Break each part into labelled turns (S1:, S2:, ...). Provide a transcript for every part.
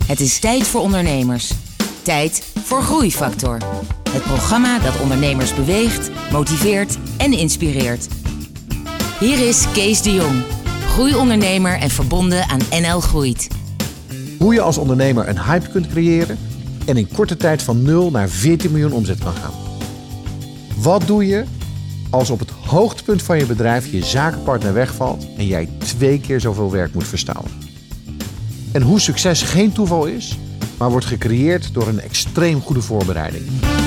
S1: Het is tijd voor ondernemers. Tijd voor Groeifactor. Het programma dat ondernemers beweegt, motiveert en inspireert. Hier is Kees de Jong, groeiondernemer en verbonden aan NL Groeit.
S2: Hoe je als ondernemer een hype kunt creëren en in korte tijd van 0 naar 14 miljoen omzet kan gaan. Wat doe je als op het hoogtepunt van je bedrijf je zakenpartner wegvalt en jij 2 keer zoveel werk moet verstouwen? En hoe succes geen toeval is, maar wordt gecreëerd door een extreem goede voorbereiding.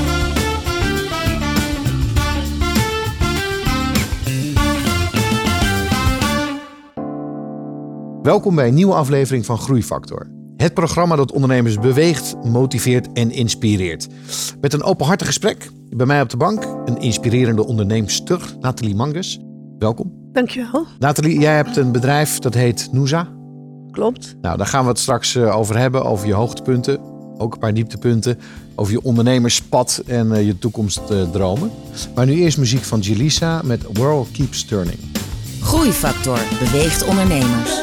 S2: Welkom bij een nieuwe aflevering van Groeifactor. Het programma dat ondernemers beweegt, motiveert en inspireert. Met een openhartig gesprek. Bij mij op de bank een inspirerende onderneemster, Nathalie Mangus. Welkom.
S3: Dankjewel.
S2: Nathalie, jij hebt een bedrijf dat heet Noosa.
S3: Klopt.
S2: Nou, daar gaan we het straks over hebben, over je hoogtepunten. Ook een paar dieptepunten. Over je ondernemerspad en je toekomstdromen. Maar nu eerst muziek van Jelisa met World Keeps Turning.
S1: Groeifactor beweegt ondernemers.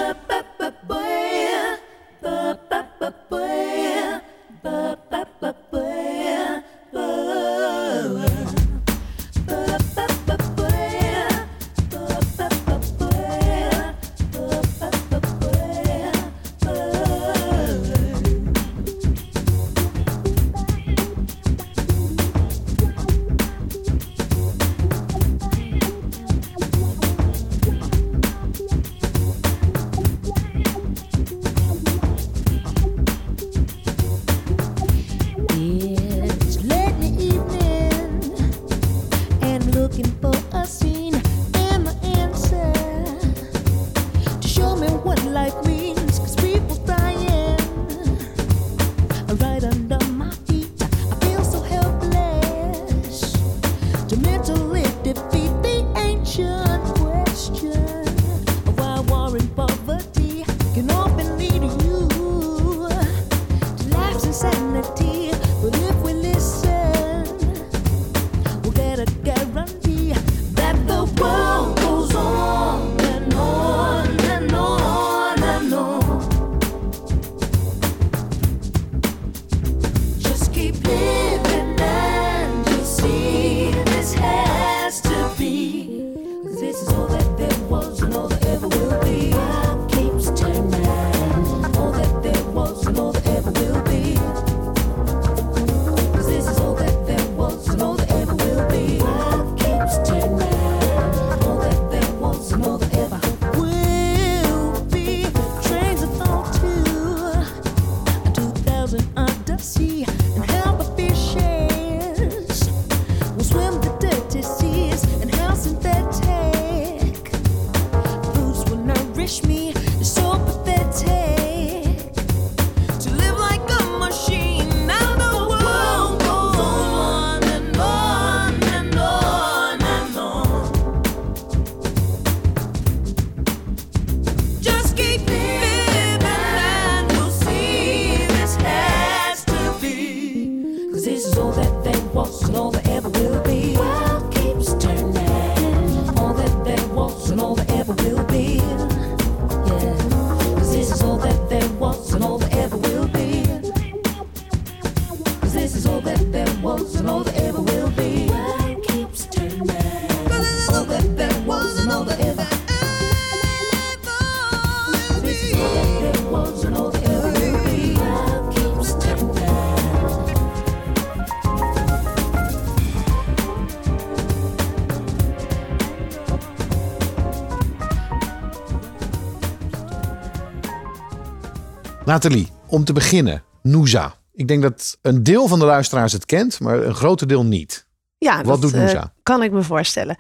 S2: Nathalie, om te beginnen, Noosa. Ik denk dat een deel van de luisteraars het kent, maar een groter deel niet.
S3: Ja,
S2: wat doet Noosa?
S3: Kan ik me voorstellen.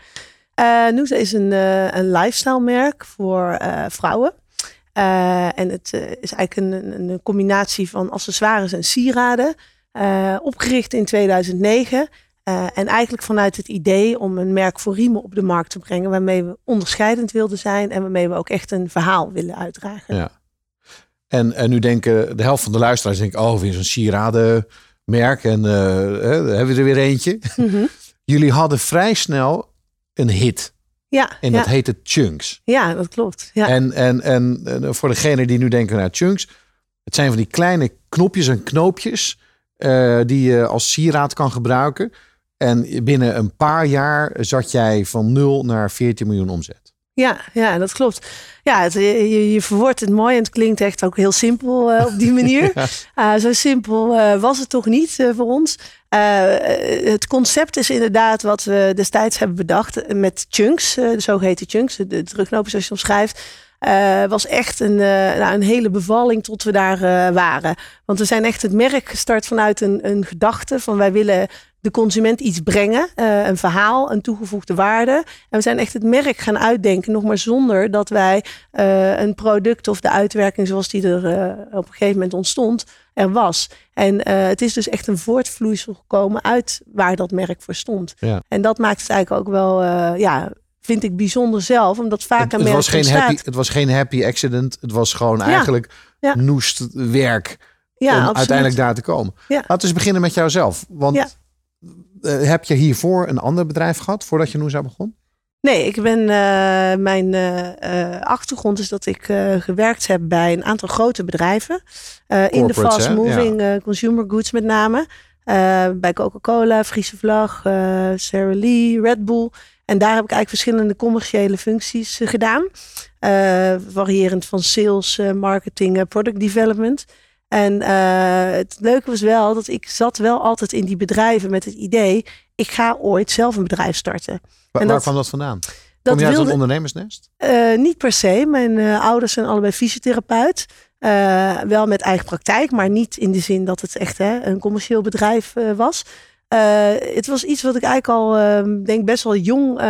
S3: Noosa is een lifestyle merk voor vrouwen. En het is eigenlijk een combinatie van accessoires en sieraden. Opgericht in 2009. En eigenlijk vanuit het idee om een merk voor riemen op de markt te brengen. Waarmee we onderscheidend wilden zijn. En waarmee we ook echt een verhaal willen uitdragen.
S2: Ja. En nu denken de helft van de luisteraars weer zo'n sieradenmerk. En hebben we er weer eentje. Mm-hmm. Jullie hadden vrij snel een hit.
S3: Ja.
S2: En dat heette Chunks.
S3: Ja, dat klopt. Ja.
S2: En voor degene die nu denken naar Chunks. Het zijn van die kleine knopjes en knoopjes die je als sieraad kan gebruiken. En binnen een paar jaar zat jij van 0 naar 14 miljoen omzet.
S3: Ja, dat klopt. Ja, je verwoordt het mooi en het klinkt echt ook heel simpel op die manier. Zo simpel was het toch niet voor ons. Het concept is inderdaad wat we destijds hebben bedacht met chunks. De zogeheten chunks, de terugknopen zoals je omschrijft. Was echt een hele bevalling tot we daar waren. Want we zijn echt het merk gestart vanuit een gedachte van wij willen de consument iets brengen. Een verhaal, een toegevoegde waarde. En we zijn echt het merk gaan uitdenken. Nog maar zonder dat wij een product of de uitwerking zoals die er op een gegeven moment ontstond, er was. En het is dus echt een voortvloeisel gekomen uit waar dat merk voor stond. Ja. En dat maakt het eigenlijk ook wel, vind ik bijzonder zelf. Omdat vaak een merk ontstaat.
S2: Het was geen happy accident. Het was gewoon eigenlijk noest werk om uiteindelijk daar te komen. Ja. Laten we eens beginnen met jouzelf. Want heb je hiervoor een ander bedrijf gehad voordat je Noosa begon?
S3: Nee, ik ben mijn achtergrond is dat ik gewerkt heb bij een aantal grote bedrijven. In de fast moving consumer goods met name. Bij Coca-Cola, Friese Vlag, Sara Lee, Red Bull. En daar heb ik eigenlijk verschillende commerciële functies gedaan. Variërend van sales, marketing, product development. En het leuke was wel dat ik zat wel altijd in die bedrijven met het idee, ik ga ooit zelf een bedrijf starten.
S2: Waar kwam dat vandaan? Kom je uit een ondernemersnest?
S3: Niet per se. Mijn ouders zijn allebei fysiotherapeut. Wel met eigen praktijk, maar niet in de zin dat het echt een commercieel bedrijf was. Het was iets wat ik eigenlijk al denk best wel jong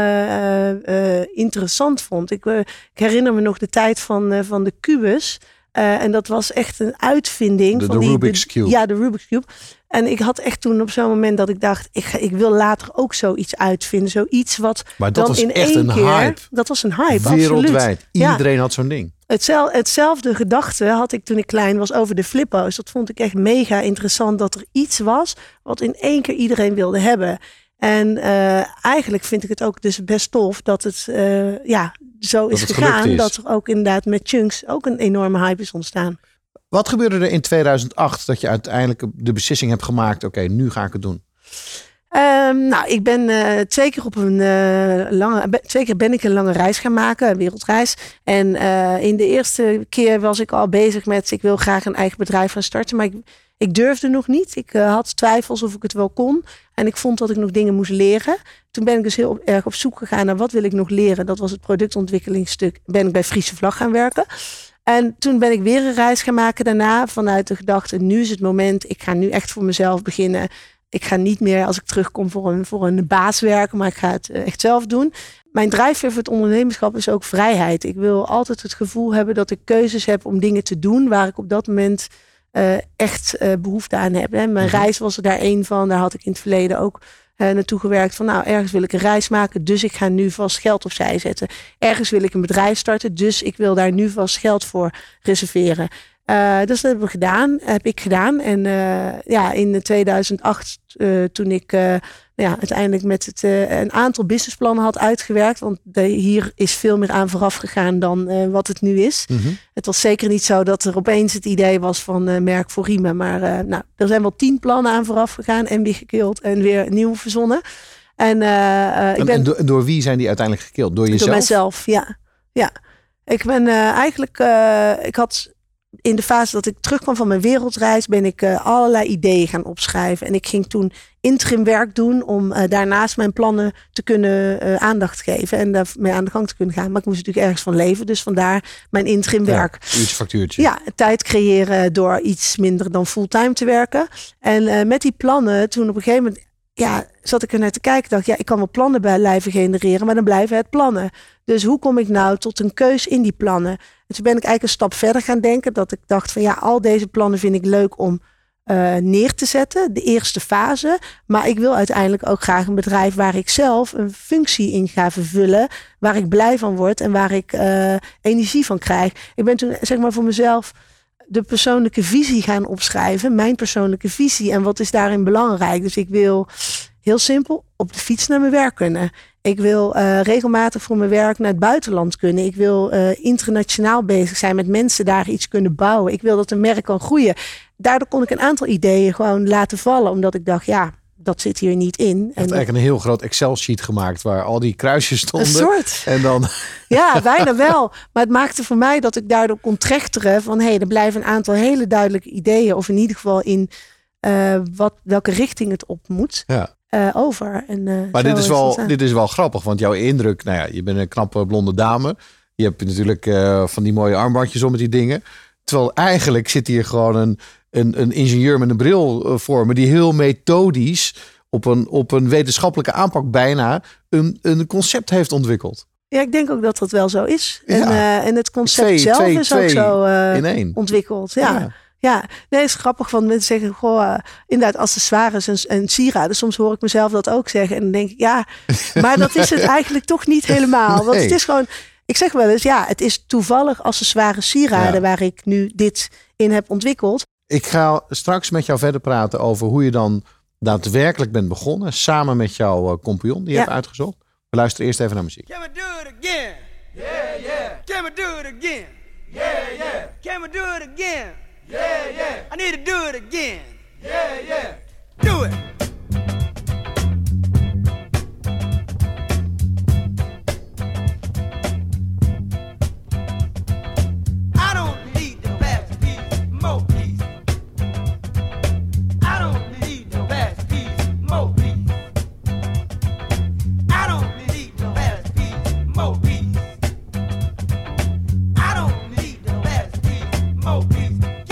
S3: interessant vond. Ik herinner me nog de tijd van de kubus. En dat was echt een uitvinding.
S2: De Rubik's Cube.
S3: Ja, de Rubik's Cube. En ik had echt toen op zo'n moment dat ik dacht, ik wil later ook zoiets uitvinden. Zoiets wat
S2: maar dat
S3: dan
S2: was
S3: in
S2: echt
S3: één
S2: een
S3: keer...
S2: hype.
S3: Dat was een hype,
S2: wereldwijd.
S3: Absoluut.
S2: Iedereen had zo'n ding.
S3: Hetzelfde gedachte had ik toen ik klein was over de flippo's. Dat vond ik echt mega interessant dat er iets was wat in één keer iedereen wilde hebben. En eigenlijk vind ik het ook dus best tof dat het zo is gegaan. Dat er ook inderdaad met chunks ook een enorme hype is ontstaan.
S2: Wat gebeurde er in 2008 dat je uiteindelijk de beslissing hebt gemaakt, oké, nu ga ik het doen?
S3: Ik ben twee keer ben ik een lange reis gaan maken, een wereldreis. En in de eerste keer was ik al bezig met, ik wil graag een eigen bedrijf gaan starten. Maar ik durfde nog niet. Ik had twijfels of ik het wel kon. En ik vond dat ik nog dingen moest leren. Toen ben ik dus heel erg op zoek gegaan naar wat wil ik nog leren. Dat was het productontwikkelingsstuk. Ben ik bij Friese Vlag gaan werken. En toen ben ik weer een reis gaan maken daarna. Vanuit de gedachte, nu is het moment. Ik ga nu echt voor mezelf beginnen. Ik ga niet meer als ik terugkom voor een baas werken. Maar ik ga het echt zelf doen. Mijn drijfveer voor het ondernemerschap is ook vrijheid. Ik wil altijd het gevoel hebben dat ik keuzes heb om dingen te doen. Waar ik op dat moment echt behoefte aan heb. Hè. Mijn reis was er daar één van. Daar had ik in het verleden ook naartoe gewerkt. Van ergens wil ik een reis maken. Dus ik ga nu vast geld opzij zetten. Ergens wil ik een bedrijf starten. Dus ik wil daar nu vast geld voor reserveren. Dus dat heb ik gedaan. En in 2008 toen ik uiteindelijk met een aantal businessplannen had uitgewerkt. Want hier is veel meer aan vooraf gegaan dan wat het nu is. Mm-hmm. Het was zeker niet zo dat er opeens het idee was van merk voor riemen. Maar er zijn wel 10 plannen aan vooraf gegaan. En weer gekild en weer nieuw verzonnen. En
S2: door wie zijn die uiteindelijk gekild? Door jezelf?
S3: Door mijzelf, ja. Ik ben ik had... In de fase dat ik terugkwam van mijn wereldreis ben ik allerlei ideeën gaan opschrijven. En ik ging toen interim werk doen om daarnaast mijn plannen te kunnen aandacht geven. En daarmee aan de gang te kunnen gaan. Maar ik moest natuurlijk ergens van leven. Dus vandaar mijn interim werk.
S2: Uurtje factuurtje.
S3: Ja, tijd creëren door iets minder dan fulltime te werken. En met die plannen toen op een gegeven moment... zat ik er naar te kijken. Dacht, ik kan wel plannen blijven genereren. Maar dan blijven het plannen. Dus hoe kom ik nou tot een keus in die plannen? En toen ben ik eigenlijk een stap verder gaan denken. Dat ik dacht van al deze plannen vind ik leuk om neer te zetten. De eerste fase. Maar ik wil uiteindelijk ook graag een bedrijf waar ik zelf een functie in ga vervullen. Waar ik blij van word en waar ik energie van krijg. Ik ben toen voor mezelf de persoonlijke visie gaan opschrijven. Mijn persoonlijke visie en wat is daarin belangrijk. Dus ik wil heel simpel op de fiets naar mijn werk kunnen. Ik wil regelmatig voor mijn werk naar het buitenland kunnen. Ik wil internationaal bezig zijn met mensen daar iets kunnen bouwen. Ik wil dat een merk kan groeien. Daardoor kon ik een aantal ideeën gewoon laten vallen. Omdat ik dacht, dat zit hier niet in. Je
S2: hebt eigenlijk een heel groot Excel-sheet gemaakt waar al die kruisjes stonden.
S3: Een soort.
S2: En dan...
S3: Ja, bijna wel. Maar het maakte voor mij dat ik daardoor kon trechteren van er blijven een aantal hele duidelijke ideeën. Of in ieder geval in welke richting het op moet.
S2: Ja.
S3: Over.
S2: Maar dit is wel grappig, want jouw indruk, je bent een knappe blonde dame. Je hebt natuurlijk van die mooie armbandjes om met die dingen. Terwijl eigenlijk zit hier gewoon een ingenieur met een bril voor me die heel methodisch op een wetenschappelijke aanpak bijna een concept heeft ontwikkeld.
S3: Ja, ik denk ook dat dat wel zo is. Ja. En het concept zelf is ook zo ontwikkeld. Ja, nee, het is grappig, want mensen zeggen, inderdaad accessoires en sieraden. Soms hoor ik mezelf dat ook zeggen. En dan denk ik, maar dat is het eigenlijk toch niet helemaal. Want het is gewoon, ik zeg wel eens, het is toevallig accessoires sieraden waar ik nu dit in heb ontwikkeld. Ik
S2: ga straks met jou verder praten over hoe je dan daadwerkelijk bent begonnen. Samen met jouw compagnon die je hebt uitgezocht. We luisteren eerst even naar muziek. Can we do it again? Yeah, yeah. Can we do it again? Yeah, yeah. Can we do it again? Yeah, yeah. I need to do it again. Yeah, yeah. Do it. I don't need the best piece, more piece. I don't need the best piece, more piece. I don't need the best piece, more piece. I don't need the best piece, more piece.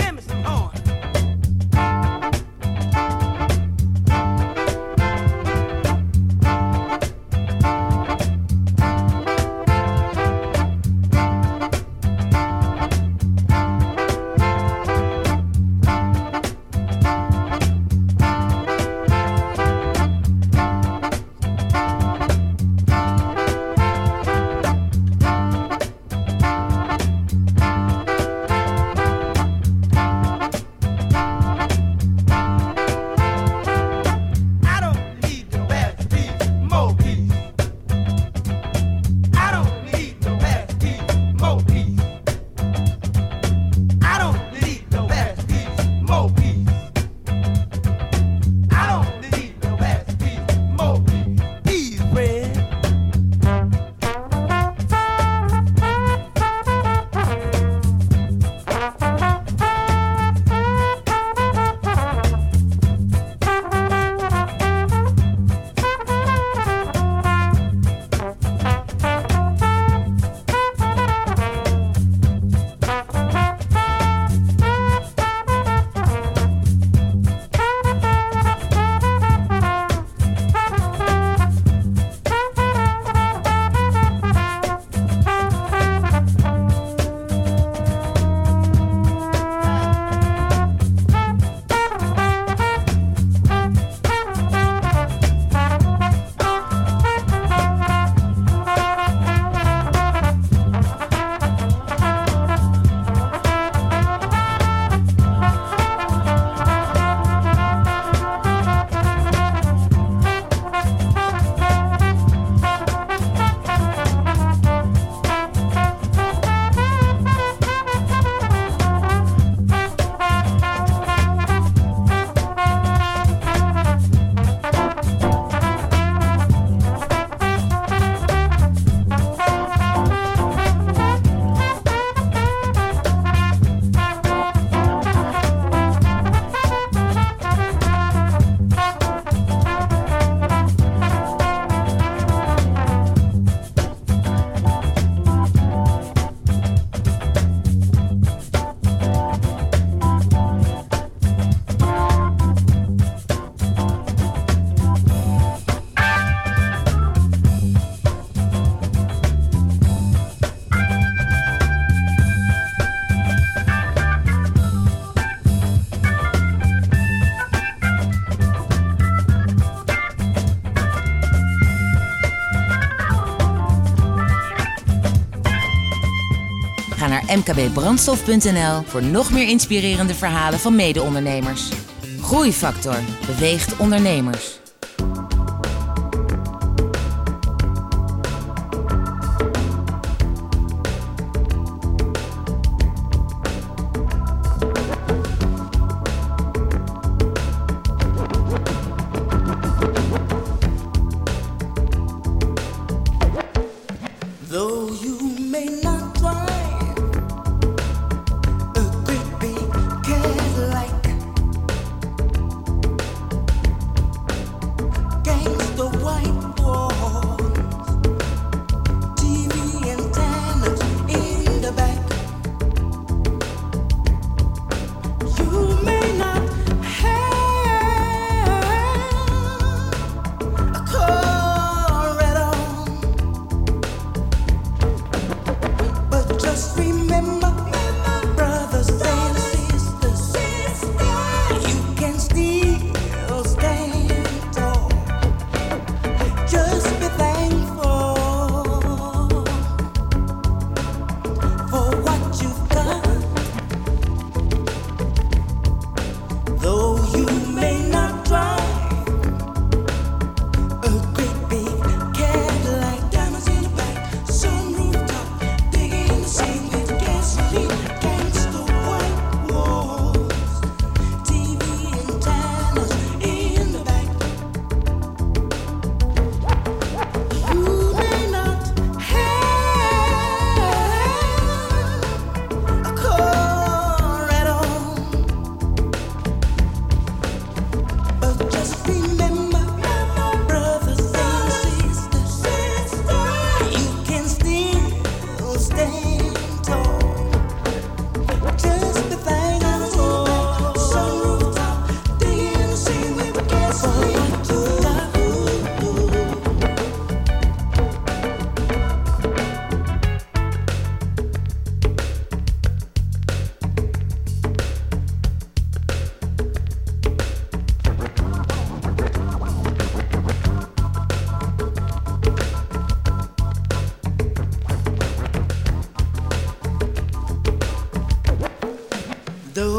S2: Ga naar mkbbrandstof.nl voor nog meer inspirerende verhalen van mede-ondernemers. Groeifactor beweegt ondernemers.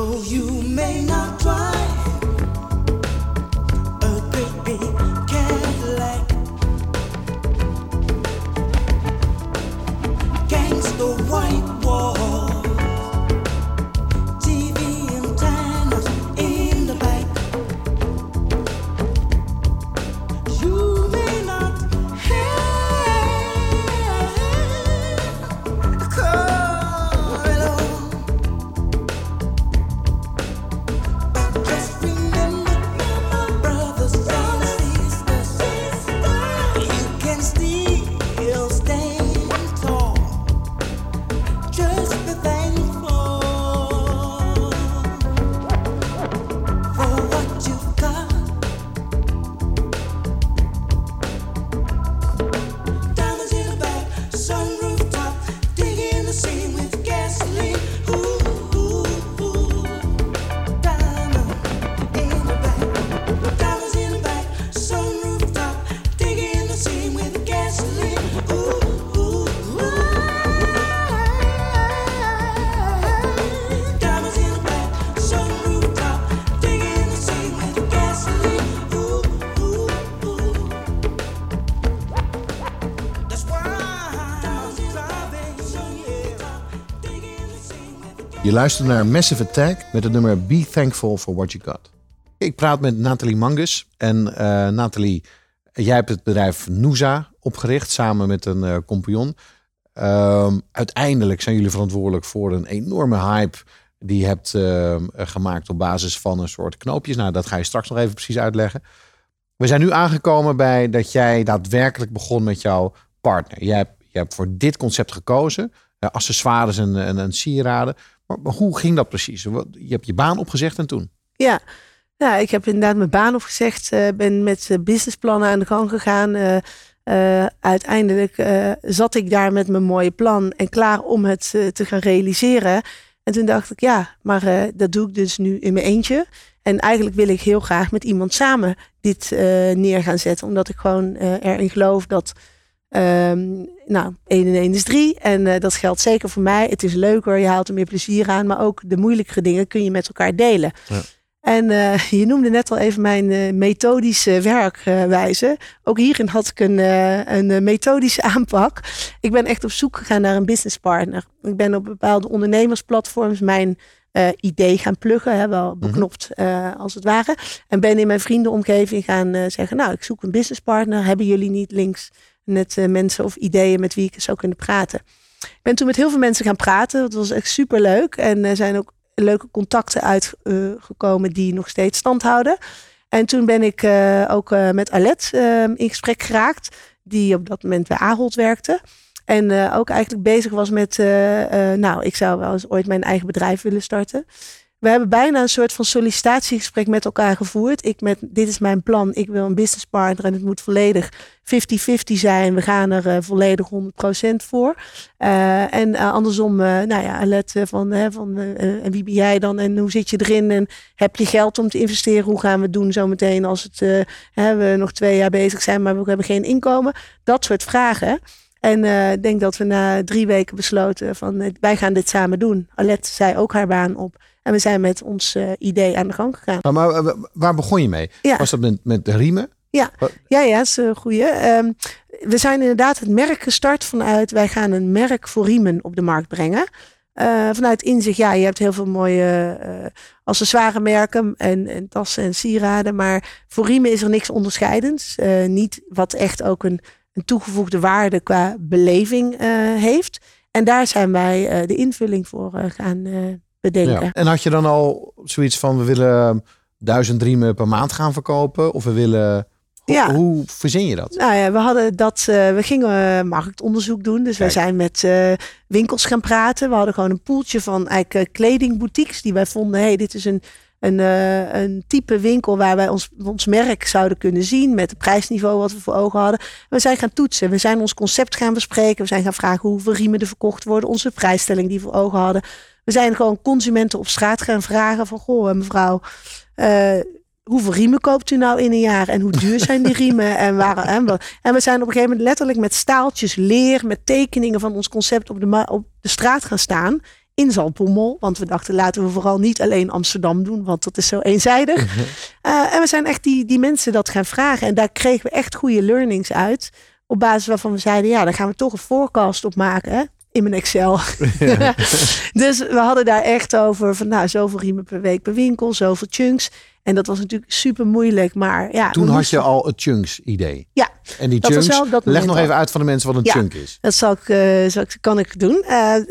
S4: Though you may not drive a great big Cadillac, gangsta white walls, TV antennas in the back. You may not have a car at all, but just remember, my brothers and sisters, you can still stand tall. Just be thankful for what you've got. Diamonds in the back, sunroof top, digging the scene with gasoline. Ooh, ooh, ooh. Diamond in the back, diamonds in the back, sunroof top, digging the scene with gasoline. Ooh, ooh, ooh. Diamonds in the back, sunroof top, digging the scene with gasoline. Ooh, ooh, ooh. That's why I'm driving, yeah. Digging the scene with
S2: Je luistert naar Massive Attack met het nummer Be Thankful for What You Got. Ik praat met Nathalie Mangus. En Nathalie, jij hebt het bedrijf Noosa opgericht samen met een compagnon. Uiteindelijk zijn jullie verantwoordelijk voor een enorme hype die je hebt gemaakt op basis van een soort knoopjes. Nou, dat ga je straks nog even precies uitleggen. We zijn nu aangekomen bij dat jij daadwerkelijk begon met jouw partner. Je hebt voor dit concept gekozen. Accessoires en sieraden. Maar hoe ging dat precies? Je hebt je baan opgezegd en toen?
S3: Ja, nou, ik heb inderdaad mijn baan opgezegd. Ben met businessplannen aan de gang gegaan. Uiteindelijk zat ik daar met mijn mooie plan en klaar om het te gaan realiseren. En toen dacht ik, ja, maar dat doe ik dus nu in mijn eentje. En eigenlijk wil ik heel graag met iemand samen dit neer gaan zetten. Omdat ik gewoon erin geloof dat 1 en 1 is 3. En dat geldt zeker voor mij. Het is leuker, je haalt er meer plezier aan. Maar ook de moeilijkere dingen kun je met elkaar delen. Ja. En je noemde net al even mijn methodische werkwijze. Ook hierin had ik een methodische aanpak. Ik ben echt op zoek gegaan naar een businesspartner. Ik ben op bepaalde ondernemersplatforms mijn idee gaan pluggen. Wel beknopt als het ware. En ben in mijn vriendenomgeving gaan zeggen, nou, ik zoek een businesspartner. Hebben jullie niet links net mensen of ideeën met wie ik zou kunnen praten? Ik ben toen met heel veel mensen gaan praten. Dat was echt super leuk. En er zijn ook leuke contacten uitgekomen die nog steeds stand houden. En toen ben ik ook met Alet in gesprek geraakt. Die op dat moment bij Ahold werkte. En ook eigenlijk bezig was met, ik zou wel eens ooit mijn eigen bedrijf willen starten. We hebben bijna een soort van sollicitatiegesprek met elkaar gevoerd. Dit is mijn plan. Ik wil een businesspartner en het moet volledig 50-50 zijn. We gaan er volledig 100% voor. En andersom, Alet en wie ben jij dan en hoe zit je erin? En heb je geld om te investeren? Hoe gaan we het doen zometeen als we nog 2 jaar bezig zijn, maar we hebben geen inkomen? Dat soort vragen. En ik denk dat we na 3 weken besloten van wij gaan dit samen doen. Alet zei ook haar baan op. En we zijn met ons idee aan de gang gegaan.
S2: Maar waar begon je mee? Ja. Was dat met de riemen?
S3: Ja, dat is een goeie. We zijn inderdaad het merk gestart vanuit, wij gaan een merk voor riemen op de markt brengen. Vanuit inzicht, je hebt heel veel mooie accessoire merken en tassen en sieraden. Maar voor riemen is er niks onderscheidends. Niet wat echt ook een toegevoegde waarde qua beleving heeft. En daar zijn wij de invulling voor gaan bedenken. Ja.
S2: En had je dan al zoiets van, we willen 1000 riemen per maand gaan verkopen? Of we willen... Hoe verzin je dat? Nou ja,
S3: we hadden dat. We gingen marktonderzoek doen. Dus wij zijn met winkels gaan praten. We hadden gewoon een poeltje van kledingboutiques die wij vonden. Dit is een type winkel waar wij ons merk zouden kunnen zien met het prijsniveau wat we voor ogen hadden. We zijn gaan toetsen. We zijn ons concept gaan bespreken. We zijn gaan vragen hoeveel riemen er verkocht worden. Onze prijsstelling die we voor ogen hadden. We zijn gewoon consumenten op straat gaan vragen van, goh, mevrouw, hoeveel riemen koopt u nou in een jaar? En hoe duur zijn die riemen? En we zijn op een gegeven moment letterlijk met staaltjes leer, met tekeningen van ons concept op de straat gaan staan. in Zaltbommel. Want we dachten, laten we vooral niet alleen Amsterdam doen, want dat is zo eenzijdig. En we zijn echt die mensen dat gaan vragen. En daar kregen we echt goede learnings uit. Op basis waarvan we zeiden, ja, dan gaan we toch een forecast op maken, hè? In mijn Excel. Ja. Dus we hadden daar echt over van zoveel riemen per week per winkel, zoveel chunks. En dat was natuurlijk super moeilijk. Maar ja,
S2: Toen had je al het chunks idee.
S3: Ja.
S2: En die
S3: dat was
S2: chunks,
S3: wel op dat
S2: leg
S3: moment
S2: nog even
S3: al.
S2: uit van de mensen wat een chunk is.
S3: Dat kan ik doen.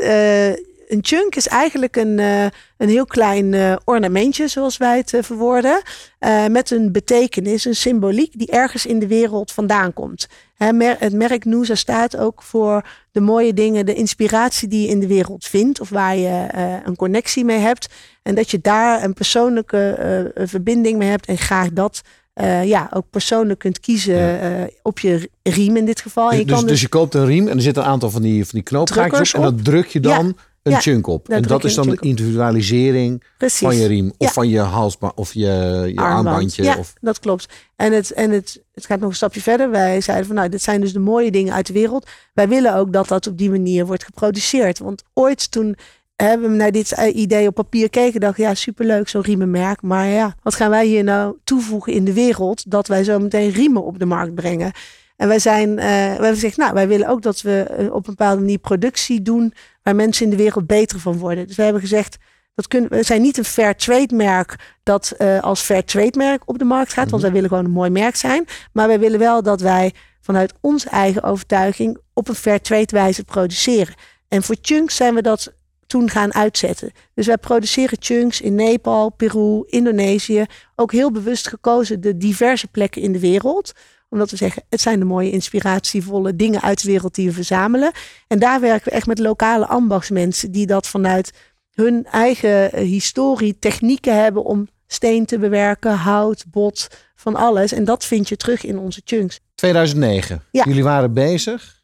S3: Een chunk is eigenlijk een heel klein ornamentje, zoals wij het verwoorden. Met een betekenis, een symboliek die ergens in de wereld vandaan komt. Het merk Noosa staat ook voor de mooie dingen, de inspiratie die je in de wereld vindt. Of waar je een connectie mee hebt. En dat je daar een persoonlijke verbinding mee hebt. En graag dat ook persoonlijk kunt kiezen op je riem in dit geval. En je kan
S2: Dus je koopt een riem en er zitten een aantal van die knoopgaatjes op. En dat druk je dan een chunk op. En dat is dan de individualisering van je riem. Of van je halsband of je armbandje.
S3: Ja, dat klopt. En het gaat nog een stapje verder. Wij zeiden van dit zijn dus de mooie dingen uit de wereld. Wij willen ook dat dat op die manier wordt geproduceerd. Want ooit toen hebben we naar dit idee op papier keken. Dacht superleuk zo'n riemenmerk. Maar wat gaan wij hier nou toevoegen in de wereld? Dat wij zo meteen riemen op de markt brengen. En wij hebben gezegd, wij willen ook dat we op een bepaalde manier productie doen waar mensen in de wereld beter van worden. Dus we hebben gezegd, we zijn niet een fair trade merk dat als fair trade merk op de markt gaat. Want wij willen gewoon een mooi merk zijn. Maar wij willen wel dat wij vanuit onze eigen overtuiging op een fair trade wijze produceren. En voor chunks zijn we dat toen gaan uitzetten. Dus wij produceren chunks in Nepal, Peru, Indonesië. Ook heel bewust gekozen de diverse plekken in de wereld. Omdat we zeggen, het zijn de mooie inspiratievolle dingen uit de wereld die we verzamelen. En daar werken we echt met lokale ambachtsmensen die dat vanuit hun eigen historie, technieken hebben om steen te bewerken, hout, bot, van alles. En dat vind je terug in onze chunks.
S2: 2009.
S3: Ja.
S2: Jullie waren bezig.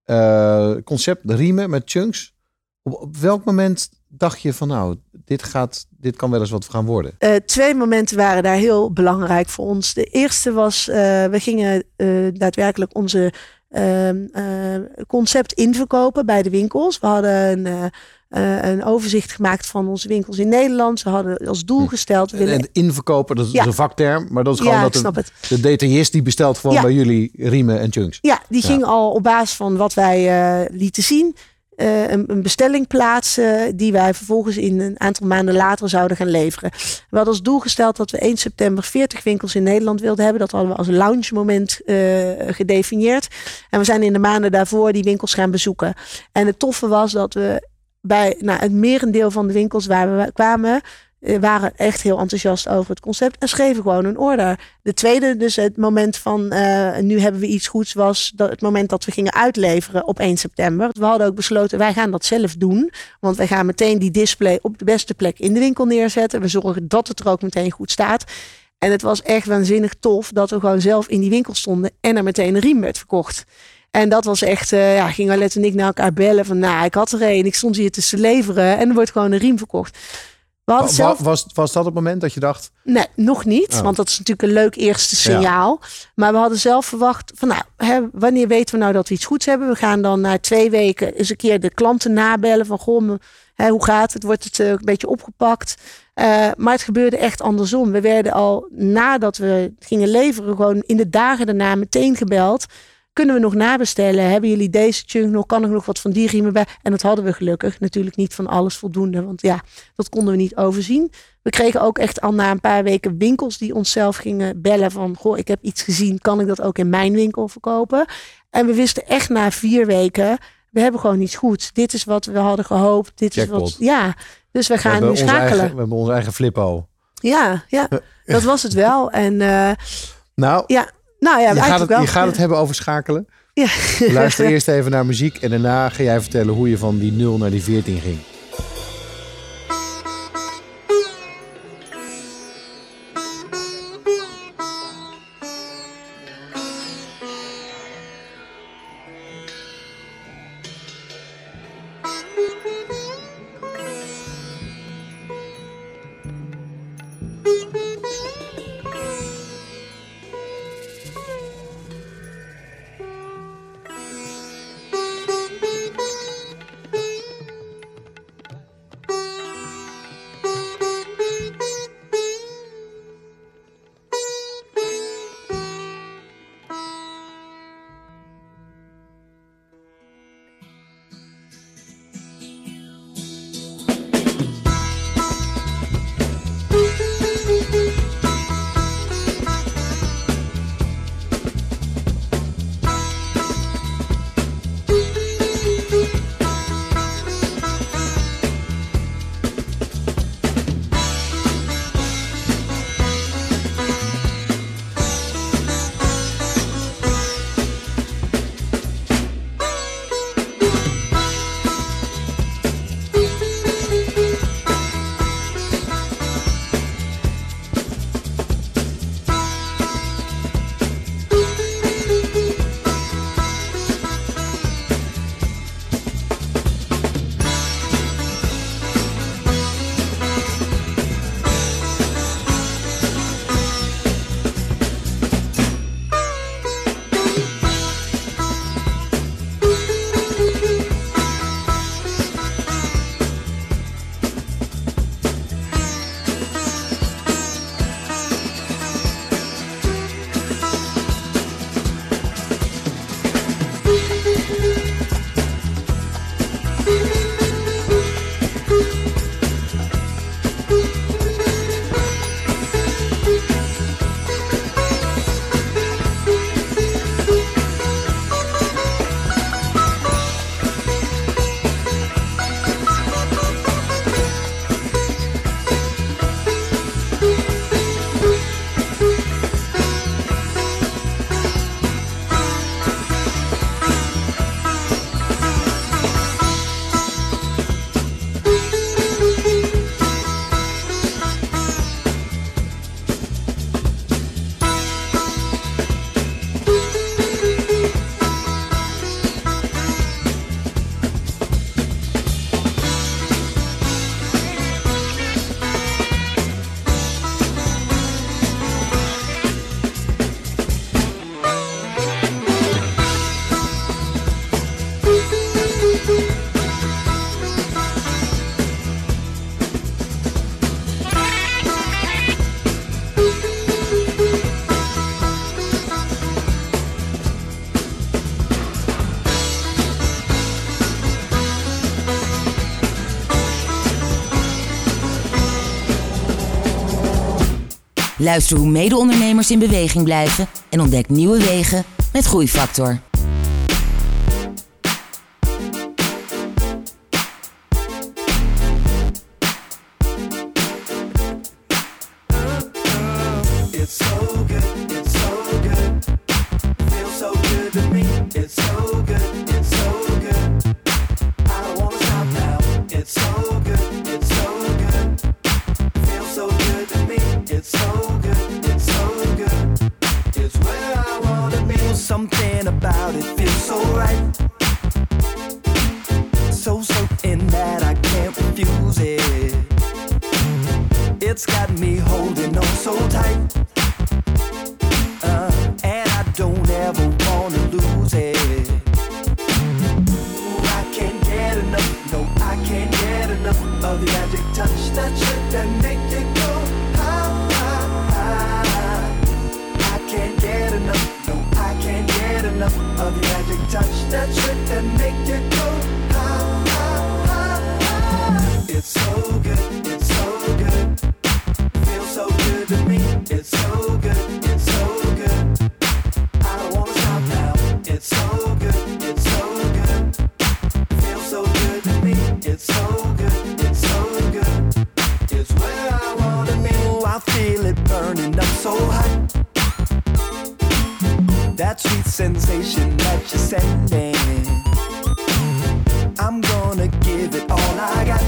S2: Concept riemen met chunks. Op welk moment dacht je van dit kan wel eens wat gaan worden?
S3: 2 momenten waren daar heel belangrijk voor ons. De eerste was, we gingen daadwerkelijk onze concept inverkopen bij de winkels. We hadden een overzicht gemaakt van onze winkels in Nederland. We hadden als doel gesteld.
S2: En inverkopen, dat is een vakterm. Maar dat is gewoon de detailist die bestelt gewoon bij jullie riemen en chunks. Ja, die ging al op basis van wat wij lieten zien. Een bestelling plaatsen die wij vervolgens in een aantal maanden later zouden gaan leveren. We hadden als doel gesteld dat we 1 september 40 winkels in Nederland wilden hebben. Dat hadden we als launch moment gedefinieerd. En we zijn in de maanden daarvoor die winkels gaan bezoeken. En het toffe was dat we bij het merendeel van de winkels waar we kwamen, waren echt heel enthousiast over het concept en schreven gewoon een order. De tweede, dus het moment van nu hebben we iets goeds, was het moment dat we gingen uitleveren op 1 september. We hadden ook besloten, wij gaan dat zelf doen. Want wij gaan meteen die display op de beste plek in de winkel neerzetten. We zorgen dat het er ook meteen goed staat. En het was echt waanzinnig tof dat we gewoon zelf in die winkel stonden en er meteen een riem werd verkocht. En dat was echt, gingen Arlette en ik naar elkaar bellen van, ik had er een, ik stond hier te leveren en er wordt gewoon een riem verkocht. Was dat het moment dat je dacht?
S3: Nee, nog niet. Want dat is natuurlijk een leuk eerste signaal. Ja. Maar we hadden zelf verwacht van wanneer weten we nou dat we iets goeds hebben? We gaan dan na 2 weken eens een keer de klanten nabellen van hoe gaat het? Wordt het een beetje opgepakt? Maar het gebeurde echt andersom. We werden al nadat we gingen leveren gewoon in de dagen daarna meteen gebeld. Kunnen we nog nabestellen? Hebben jullie deze chunk nog? Kan er nog wat van die riemen bij? En dat hadden we gelukkig. Natuurlijk niet van alles voldoende. Want dat konden we niet overzien. We kregen ook echt al na een paar weken winkels die onszelf gingen bellen van, ik heb iets gezien. Kan ik dat ook in mijn winkel verkopen? En we wisten echt na 4 weken, we hebben gewoon iets goeds. Dit is wat we hadden gehoopt. Dit
S2: Jackpot.
S3: Is wat. Dus we gaan nu schakelen.
S2: We hebben onze eigen flippo.
S3: Ja, dat was het wel. En
S2: je gaat het hebben over schakelen. Ja. Luister eerst even naar muziek en daarna ga jij vertellen hoe je van die 0 naar die 14 ging.
S1: Luister hoe mede-ondernemers in beweging blijven en ontdek nieuwe wegen met Groeifactor.
S4: It's so good, it's so good. Feels so good to me. It's so good, it's so good. I don't wanna stop now. It's so good, it's so good. Feels so good to me. It's so good, it's so good. It's where I wanna be. Something about it feels so right. So certain that I can't refuse it. It's got me holding on so tight. And I don't ever wanna lose it. Ooh, I can't get enough, no, I can't get enough of the magic touch that should make you go high, high, high. I can't get enough, no, I can't get enough of the magic touch that should make you go high, high, high, high. It's so good, it's so good. Feels so good to me. It's so good, it's so good. I don't wanna stop now. It's so good, it's so good. Feels so good to me. It's so good, it's so good. It's where I wanna be. Oh, I feel it burning up so hot. That sweet sensation that you're sending. I'm gonna give it all I got.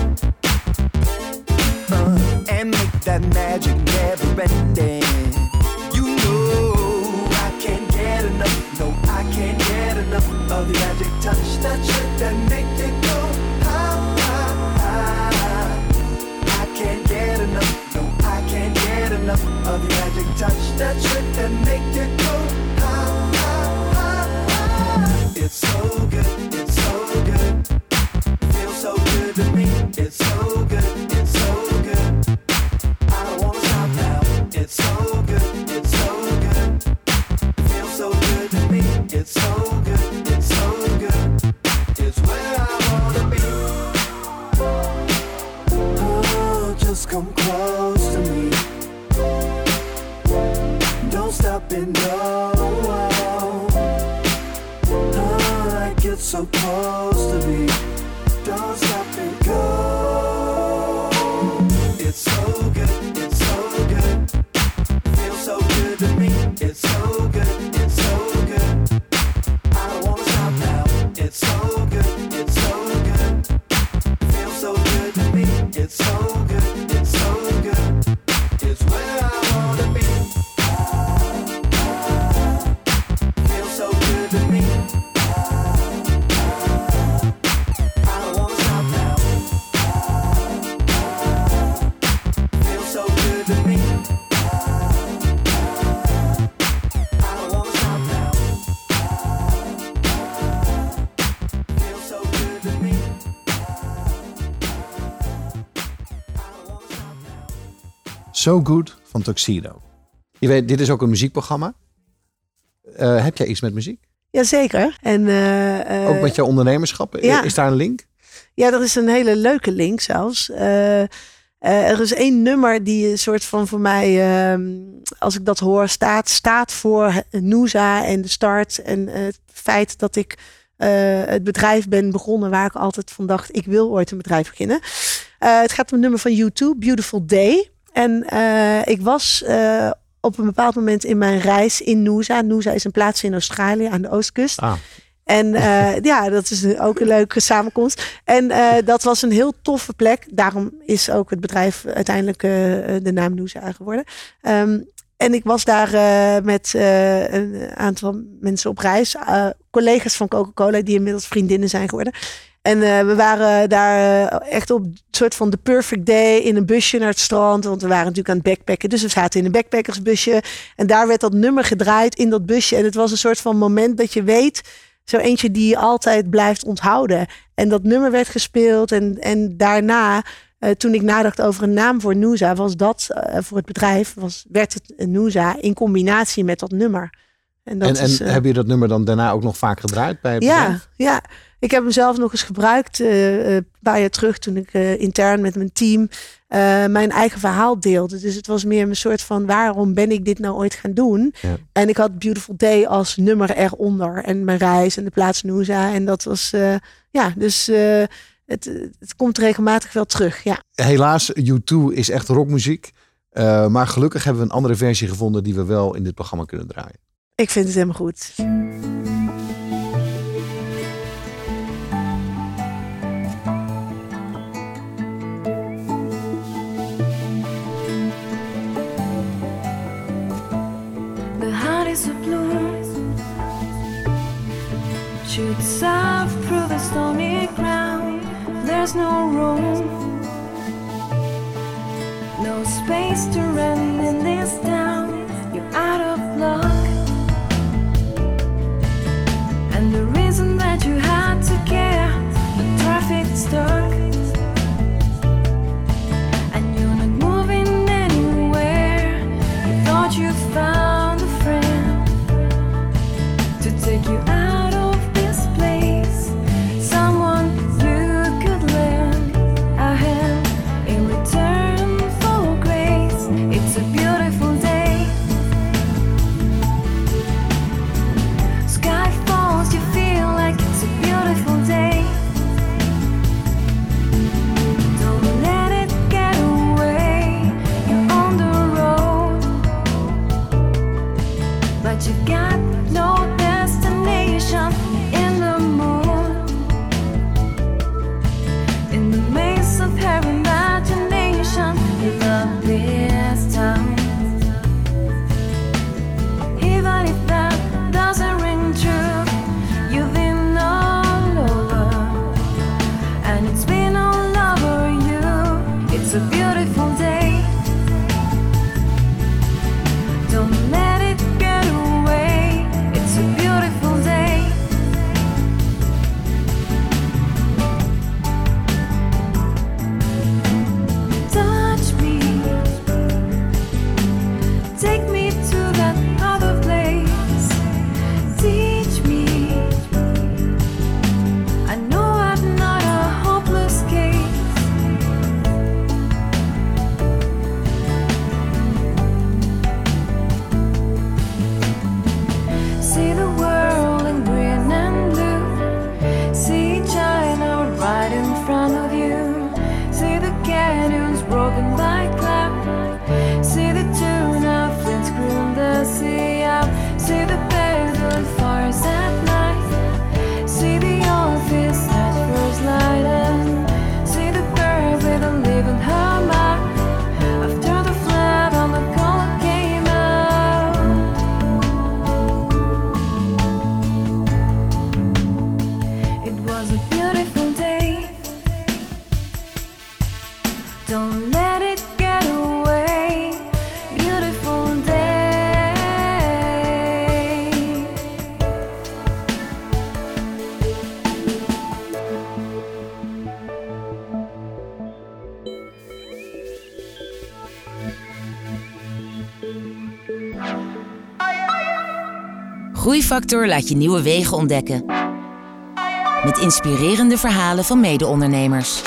S4: And make that magic never ending. You know I can't get enough, no, I can't get enough of the magic touch that should make you go high, high, high. I can't get enough, no, I can't get enough of the magic touch that should make you go high, high, high, high. It's so good, it's so good. Feels so good to me. It's so good, it's so good. I don't wanna stop now. It's so good, it's so good. Feels so good to me. It's so good, it's so good. It's where I wanna be. Oh, just come close to me. Don't stop and go. Oh, I get so close to me. Don't stop and go. It's so good, it's so good. Feels so good to me. It's so good, it's so good. I don't wanna stop now. It's so good, it's so good. Feels so good to me. It's so good, it's so good. It's where I wanna be. Feels so good to me.
S2: So Good van Tuxedo. Je weet, dit is ook een muziekprogramma. Heb jij iets met muziek?
S3: Jazeker. En,
S2: ook met jouw ondernemerschap?
S3: Ja.
S2: Is daar een link?
S3: Ja, dat is een hele leuke link zelfs. Er is één nummer die een soort van voor mij, als ik dat hoor, staat voor Noosa en de start. En het feit dat ik het bedrijf ben begonnen waar ik altijd van dacht, ik wil ooit een bedrijf beginnen. Het gaat om een nummer van U2, Beautiful Day. En ik was op een bepaald moment in mijn reis in Noosa. Noosa is een plaats in Australië aan de oostkust. Ah. En ja, dat is ook een leuke samenkomst. En dat was een heel toffe plek. Daarom is ook het bedrijf uiteindelijk de naam Noosa geworden. En ik was daar met een aantal mensen op reis. Collega's van Coca-Cola die inmiddels vriendinnen zijn geworden. En we waren daar echt op een soort van de perfect day in een busje naar het strand. Want we waren natuurlijk aan het backpacken. Dus we zaten in een backpackersbusje. En daar werd dat nummer gedraaid in dat busje. En het was een soort van moment dat je weet, zo eentje die je altijd blijft onthouden. En dat nummer werd gespeeld. En daarna, toen ik nadacht over een naam voor Noosa, was dat voor het bedrijf, werd het Noosa in combinatie met dat nummer. En
S2: heb je dat nummer dan daarna ook nog vaak gedraaid bij het bedrijf?
S3: Ja. Ik heb hem zelf nog eens gebruikt. Een paar jaar terug toen ik intern met mijn team mijn eigen verhaal deelde. Dus het was meer een soort van waarom ben ik dit nou ooit gaan doen? Ja. En ik had Beautiful Day als nummer eronder. En mijn reis en de plaats Noosa. En dat was het komt regelmatig wel terug. Ja.
S2: Helaas, U2 is echt rockmuziek. Maar gelukkig hebben we een andere versie gevonden die we wel in dit programma kunnen draaien.
S3: Ik vind het helemaal goed.
S5: The blue should surf through the stormy ground. There's no room, no space to run in this town. You're out of luck, and the reason that you had to care, the traffic stuck, and you're not moving anywhere. You thought you found a friend to take you out of this place, someone you could lend a hand in return for grace. It's a beautiful day. Sky falls, you feel like it's a beautiful day. Don't let it get away. You're on the road, but you've got no destination. In the moon, in the maze of her imagination, you love this town. Even if that doesn't ring true, you've been all over, and it's been all over you. It's a beautiful day. Don't let it get away. It's a beautiful day. Touch me, take me to that other place. Teach me, I know I'm not a hopeless case. See the world in green and blue. See China right in front of you. See the canyons broken by cloud. See the tuna fleets scream the sea out. See the bears on fires at night. See the office at first light and see the bird with a leaf in her mouth. After the flood on the color came out. It was a beautiful day. Don't let it get away. Beautiful day.
S1: Groeifactor laat je nieuwe wegen ontdekken. Met inspirerende verhalen van mede-ondernemers.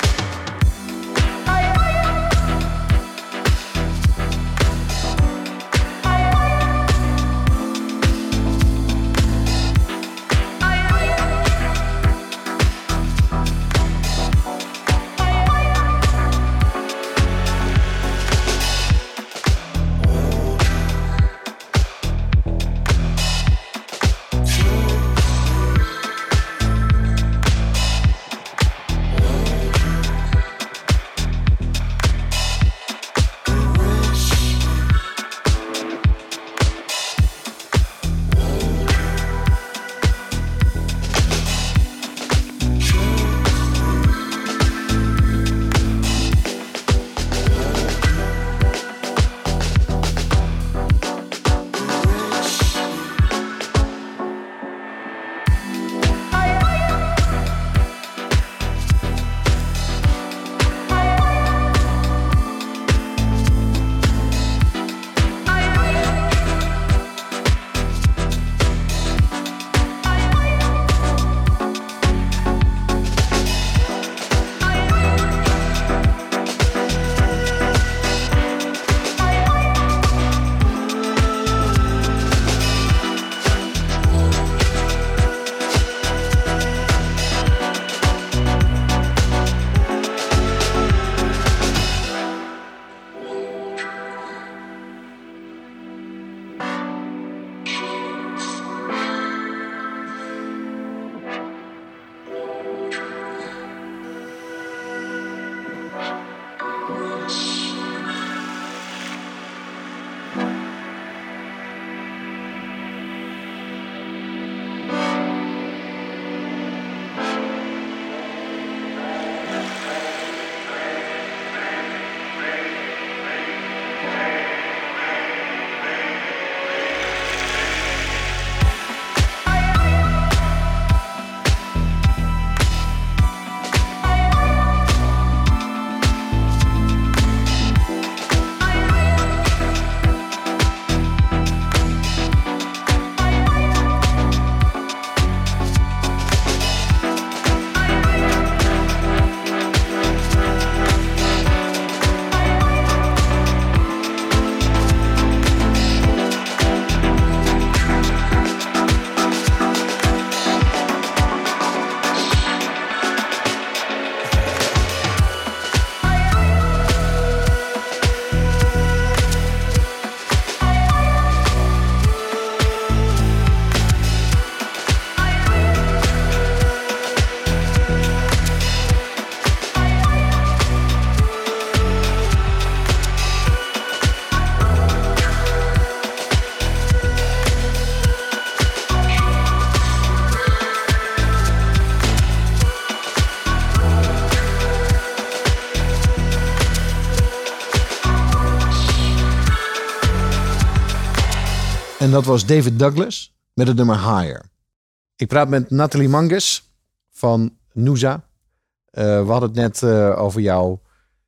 S2: En dat was David Douglas met het nummer Higher. Ik praat met Nathalie Manges van Noosa. We hadden het net over jouw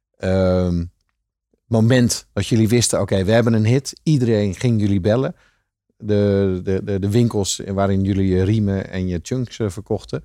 S2: moment dat jullie wisten... oké, we hebben een hit. Iedereen ging jullie bellen. De winkels waarin jullie je riemen en je chunks verkochten.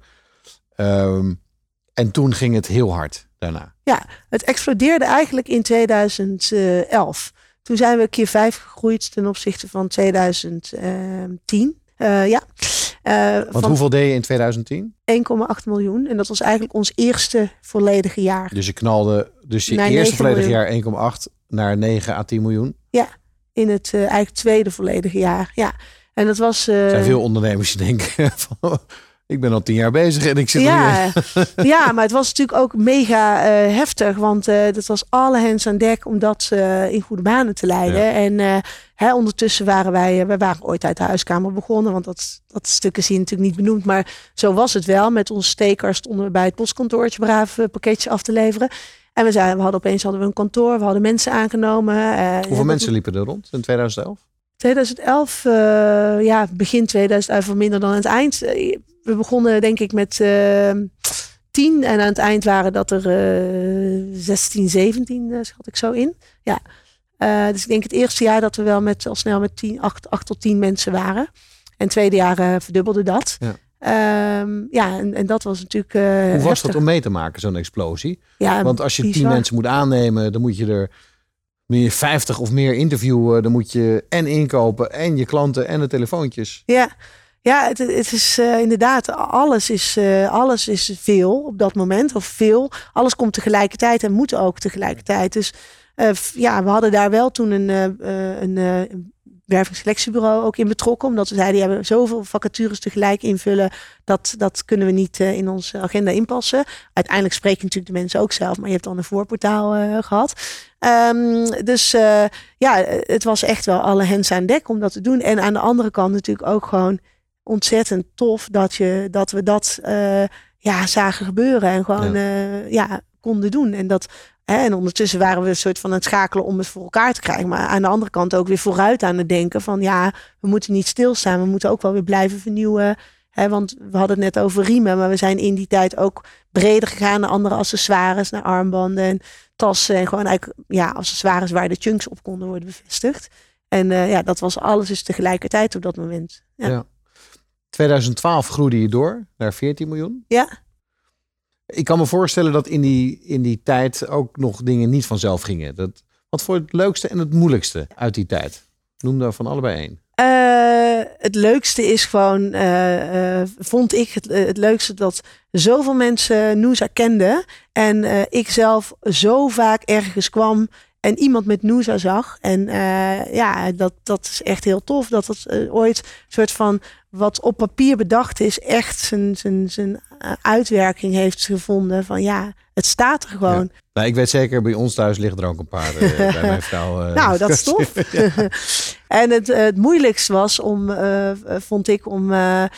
S2: En toen ging het heel hard daarna.
S3: Ja, het explodeerde eigenlijk in 2011. Toen zijn we een keer 5 gegroeid ten opzichte van 2010.
S2: Want hoeveel deed je in 2010?
S3: 1,8 miljoen. En dat was eigenlijk ons eerste volledige jaar.
S2: Dus je knalde je
S3: Naar
S2: eerste
S3: 9
S2: volledige
S3: miljoen.
S2: jaar 1,8 naar 9 à 10 miljoen.
S3: Ja, in het eigenlijk tweede volledige jaar. Ja, en dat was...
S2: Er zijn veel ondernemers die denken van... ik ben al 10 jaar bezig en ik zit er niet in.
S3: Ja, maar het was natuurlijk ook mega heftig. Want dat was alle hens aan dek om dat in goede banen te leiden.
S2: Ja.
S3: En ondertussen waren wij waren ooit uit de huiskamer begonnen. Want dat stuk is hier natuurlijk niet benoemd. Maar zo was het wel. Met onze steker stonden we bij het postkantoortje braaf pakketjes af te leveren. En we hadden we een kantoor. We hadden mensen aangenomen.
S2: Hoeveel mensen liepen er rond in 2011?
S3: 2011, begin 2011 minder dan het eind. We begonnen denk ik met 10 en aan het eind waren dat er 16, 17 schat ik zo in. Ja. Dus ik denk het eerste jaar dat we wel al snel met 8 tot 10 mensen waren. En het tweede jaar verdubbelde dat.
S2: Ja.
S3: En dat was natuurlijk
S2: Hoe was
S3: heftig.
S2: dat om mee te maken, zo'n explosie?
S3: Ja,
S2: Want als je 10
S3: bizar.
S2: mensen moet aannemen, dan moet je er meer 50 of meer interviewen. Dan moet je en inkopen en je klanten en de telefoontjes.
S3: Ja, het is inderdaad, alles is veel op dat moment. Of veel. Alles komt tegelijkertijd en moet ook tegelijkertijd. Dus we hadden daar wel toen een wervingsselectiebureau ook in betrokken. Omdat we zeiden, die hebben zoveel vacatures tegelijk invullen. Dat kunnen we niet in onze agenda inpassen. Uiteindelijk spreken natuurlijk de mensen ook zelf. Maar je hebt dan een voorportaal gehad. Het was echt wel alle hens aan dek om dat te doen. En aan de andere kant natuurlijk ook gewoon ontzettend tof dat we dat zagen gebeuren. En gewoon konden doen. En dat... En ondertussen waren we een soort van aan het schakelen om het voor elkaar te krijgen. Maar aan de andere kant ook weer vooruit aan het denken van we moeten niet stilstaan. We moeten ook wel weer blijven vernieuwen. Want we hadden het net over riemen. Maar we zijn in die tijd ook breder gegaan naar andere accessoires. Naar armbanden en tassen. En gewoon eigenlijk accessoires waar de chunks op konden worden bevestigd. En dat was alles dus tegelijkertijd op dat moment. Ja.
S2: 2012 groeide je door naar 14 miljoen.
S3: Ja.
S2: Ik kan me voorstellen dat in die tijd ook nog dingen niet vanzelf gingen. Wat voor het leukste en het moeilijkste uit die tijd? Noem daar van allebei één.
S3: Het leukste is gewoon, vond ik het leukste dat zoveel mensen Noosa kenden. En ik zelf zo vaak ergens kwam en iemand met Noosa zag. En dat is echt heel tof. Dat het ooit een soort van wat op papier bedacht is, echt zijn uitwerking heeft gevonden. Van het staat er gewoon.
S2: Ja. Nou, ik weet zeker, bij ons thuis liggen er ook een paar bij mijn vrouw.
S3: Nou, dat is tof. En het moeilijkst was vond ik om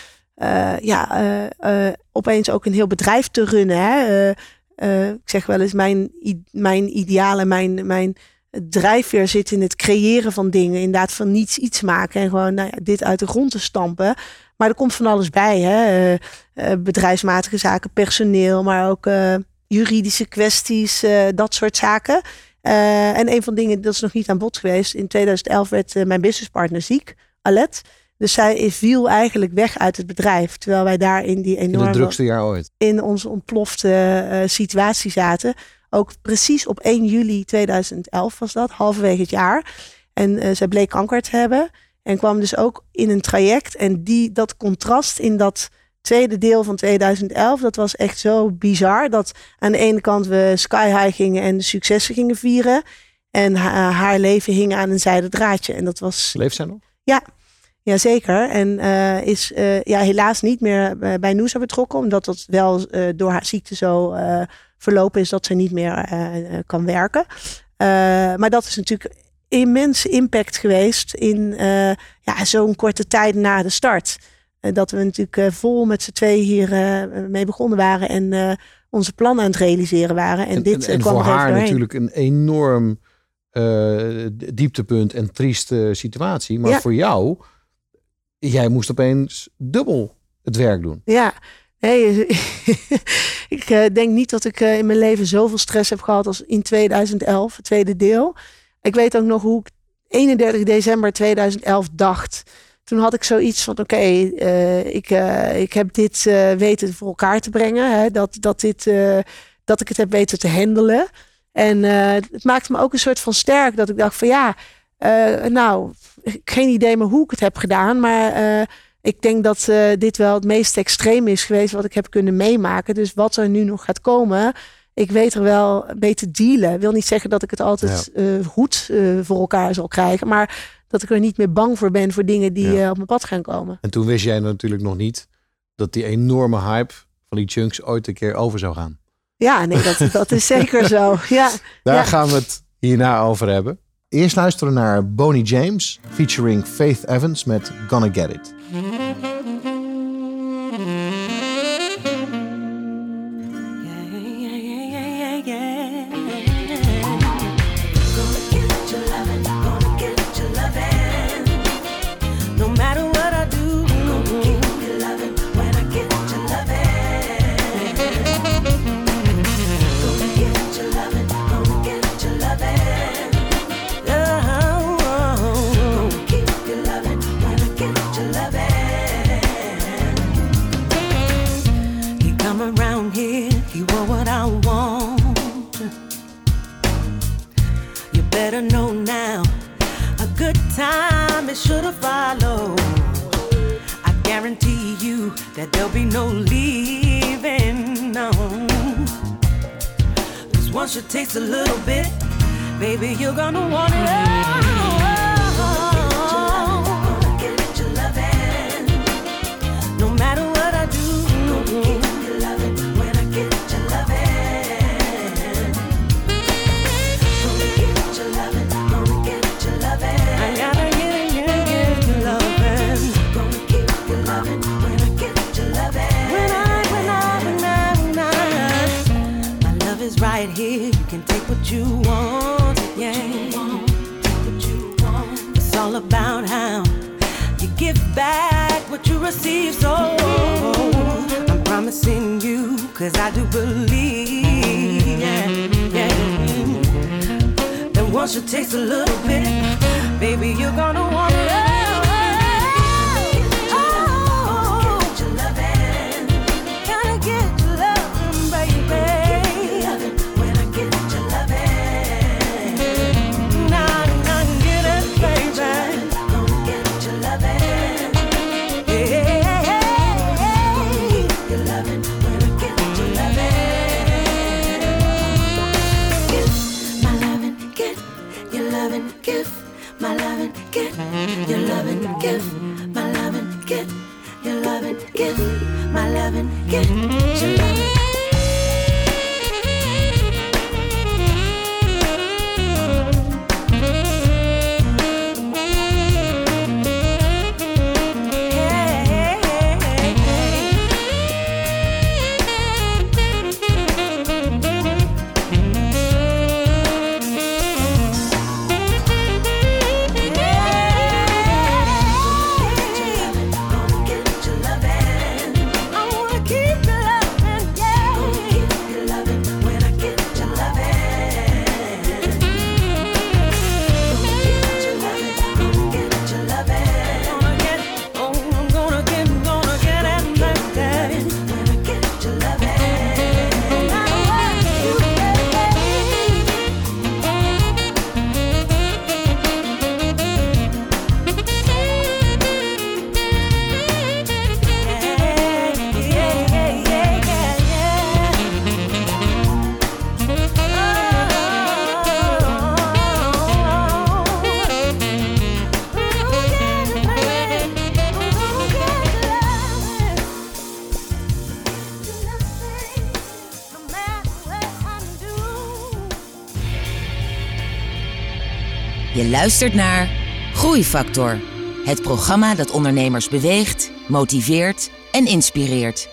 S3: opeens ook een heel bedrijf te runnen. Hè? Ik zeg wel eens, mijn ideaal en mijn drijfveer zit in het creëren van dingen. Inderdaad van niets iets maken en gewoon dit uit de grond te stampen. Maar er komt van alles bij. Hè? Bedrijfsmatige zaken, personeel, maar ook juridische kwesties, dat soort zaken. En een van de dingen, dat is nog niet aan bod geweest. In 2011 werd mijn businesspartner ziek, Alet. Dus zij viel eigenlijk weg uit het bedrijf. Terwijl wij daar in die enorme...
S2: In het drukste jaar ooit.
S3: In onze ontplofte situatie zaten. Ook precies op 1 juli 2011 was dat, halverwege het jaar. En zij bleek kanker te hebben. En kwam dus ook in een traject. En dat contrast in dat tweede deel van 2011, dat was echt zo bizar. Dat aan de ene kant we sky high gingen en de successen gingen vieren. En haar leven hing aan een zijden draadje. En dat was...
S2: Leeft zij nog?
S3: Ja, zeker. En is helaas niet meer bij Noosa betrokken. Omdat dat wel door haar ziekte zo verlopen is dat ze niet meer kan werken. Maar dat is natuurlijk immense impact geweest in zo'n korte tijd na de start. Dat we natuurlijk vol met z'n tweeën hier mee begonnen waren en onze plannen aan het realiseren waren. En dit
S2: en
S3: kwam
S2: voor
S3: er even
S2: haar
S3: doorheen.
S2: natuurlijk een enorm dieptepunt en trieste situatie. Maar
S3: Ja.
S2: voor jou jij moest opeens dubbel het werk doen.
S3: Ja, nee, ik denk niet dat ik in mijn leven zoveel stress heb gehad als in 2011, het tweede deel. Ik weet ook nog hoe ik 31 december 2011 dacht. Toen had ik zoiets van, oké, ik heb dit weten voor elkaar te brengen. Hè, dat ik het heb weten te handelen. En het maakte me ook een soort van sterk. Dat ik dacht van geen idee meer hoe ik het heb gedaan. Maar ik denk dat dit wel het meest extreem is geweest wat ik heb kunnen meemaken. Dus wat er nu nog gaat komen, ik weet er wel mee te dealen. Ik wil niet zeggen dat ik het altijd goed voor elkaar zal krijgen. Maar dat ik er niet meer bang voor ben voor dingen die op mijn pad gaan komen.
S2: En toen wist jij natuurlijk nog niet dat die enorme hype van die chunks ooit een keer over zou gaan.
S3: Ja, nee, dat is zeker zo. Ja,
S2: Daar gaan we het hierna over hebben. Eerst luisteren naar Boney James featuring Faith Evans met Gonna Get It.
S4: Better know now, a good time is sure to follow. I guarantee you that there'll be no leaving, no. 'Cause once you taste a little bit, baby, you're gonna want it all. Get your loving, no matter what I do. Get your loving when I get your loving. Right here, you can take what you want, yeah. Take what you want. It's all about how you give back what you receive. So I'm promising you, 'cause I do believe, yeah. That once you taste a little bit, baby, you're gonna want it all. Your loving, give my loving, get your loving, give my loving, get your loving.
S1: Je luistert naar Groeifactor. Het programma dat ondernemers beweegt, motiveert en inspireert.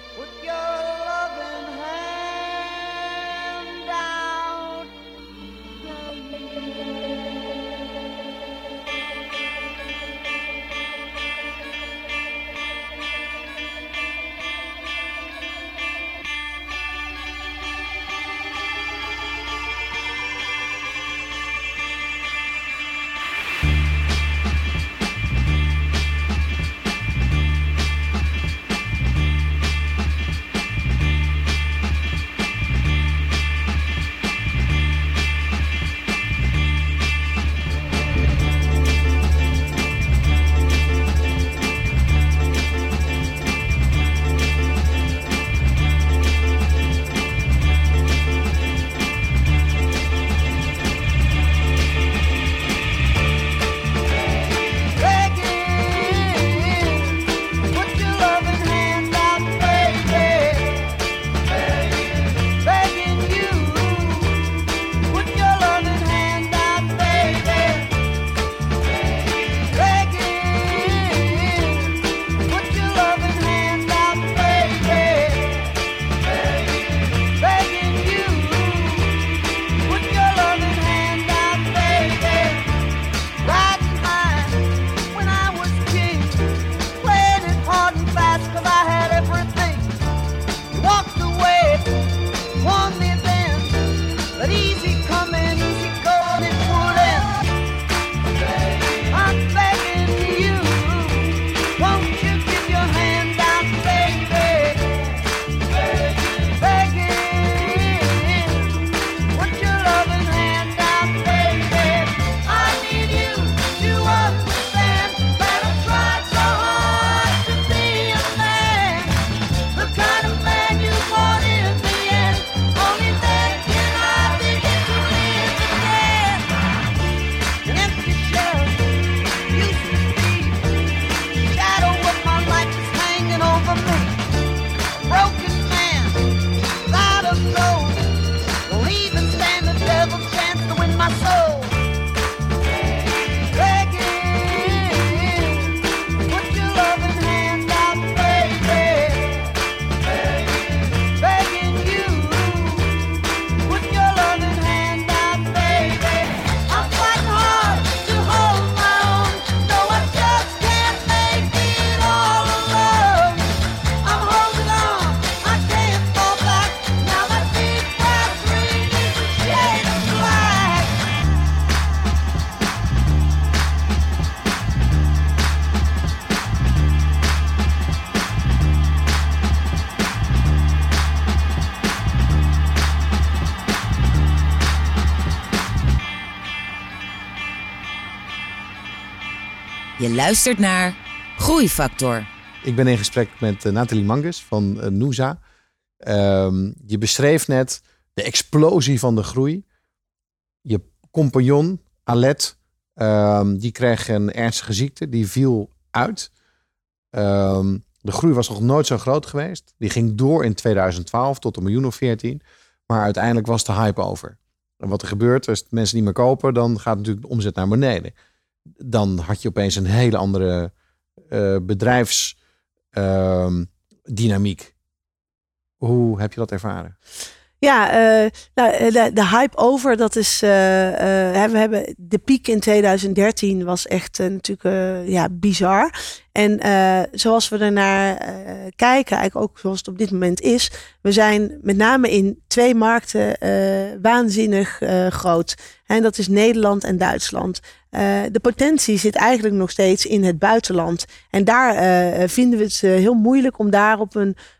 S1: Je luistert naar Groeifactor.
S2: Ik ben in gesprek met Nathalie Mangus van Noosa. Je beschreef net de explosie van de groei. Je compagnon, Alet, die kreeg een ernstige ziekte. Die viel uit. De groei was nog nooit zo groot geweest. Die ging door in 2012 tot 1 miljoen of 14. Maar uiteindelijk was de hype over. En wat er gebeurt, als mensen niet meer kopen, dan gaat natuurlijk de omzet naar beneden. Dan had je opeens een hele andere bedrijfsdynamiek. Hoe heb je dat ervaren?
S3: Ja, de hype over, dat is... we hebben de piek in 2013 was echt natuurlijk bizar. En zoals we ernaar kijken, eigenlijk ook zoals het op dit moment is. We zijn met name in 2 markten waanzinnig groot. En dat is Nederland en Duitsland. De potentie zit eigenlijk nog steeds in het buitenland. En daar vinden we het heel moeilijk om daar op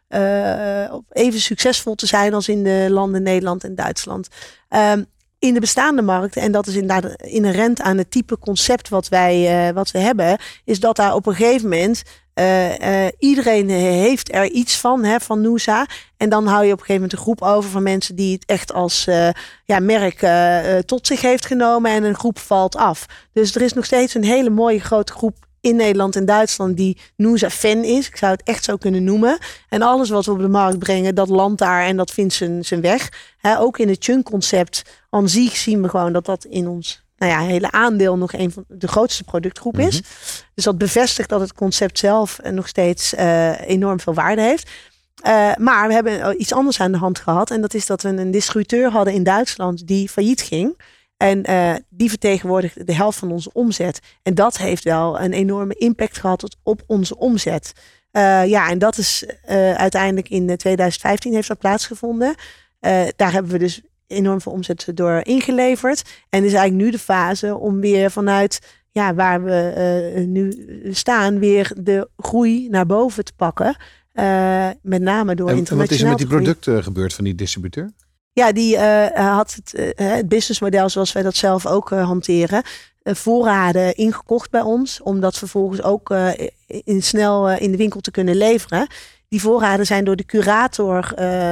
S3: even succesvol te zijn als in de landen Nederland en Duitsland. In de bestaande markten, en dat is inderdaad inherent aan het type concept wat we hebben, is dat daar op een gegeven moment iedereen heeft er iets van Noosa. En dan hou je op een gegeven moment een groep over van mensen die het echt als merk tot zich heeft genomen en een groep valt af. Dus er is nog steeds een hele mooie grote groep in Nederland en Duitsland die Noosa fan is. Ik zou het echt zo kunnen noemen. En alles wat we op de markt brengen, dat landt daar en dat vindt zijn weg. Ook in het chunk concept aan zich zien we gewoon dat in ons hele aandeel nog een van de grootste productgroep is. Dus dat bevestigt dat het concept zelf nog steeds enorm veel waarde heeft. Maar we hebben iets anders aan de hand gehad. En dat is dat we een distributeur hadden in Duitsland die failliet ging. En die vertegenwoordigt de helft van onze omzet. En dat heeft wel een enorme impact gehad op onze omzet. En dat is uiteindelijk in 2015 heeft dat plaatsgevonden. Daar hebben we dus enorm veel omzet door ingeleverd. En is eigenlijk nu de fase om weer vanuit waar we nu staan, weer de groei naar boven te pakken. Met name door internationaal.
S2: Wat is er met die producten gebeurd van die distributeur?
S3: Ja, die had het businessmodel zoals wij dat zelf ook hanteren. Voorraden ingekocht bij ons. Om dat vervolgens ook snel in de winkel te kunnen leveren. Die voorraden zijn door de curator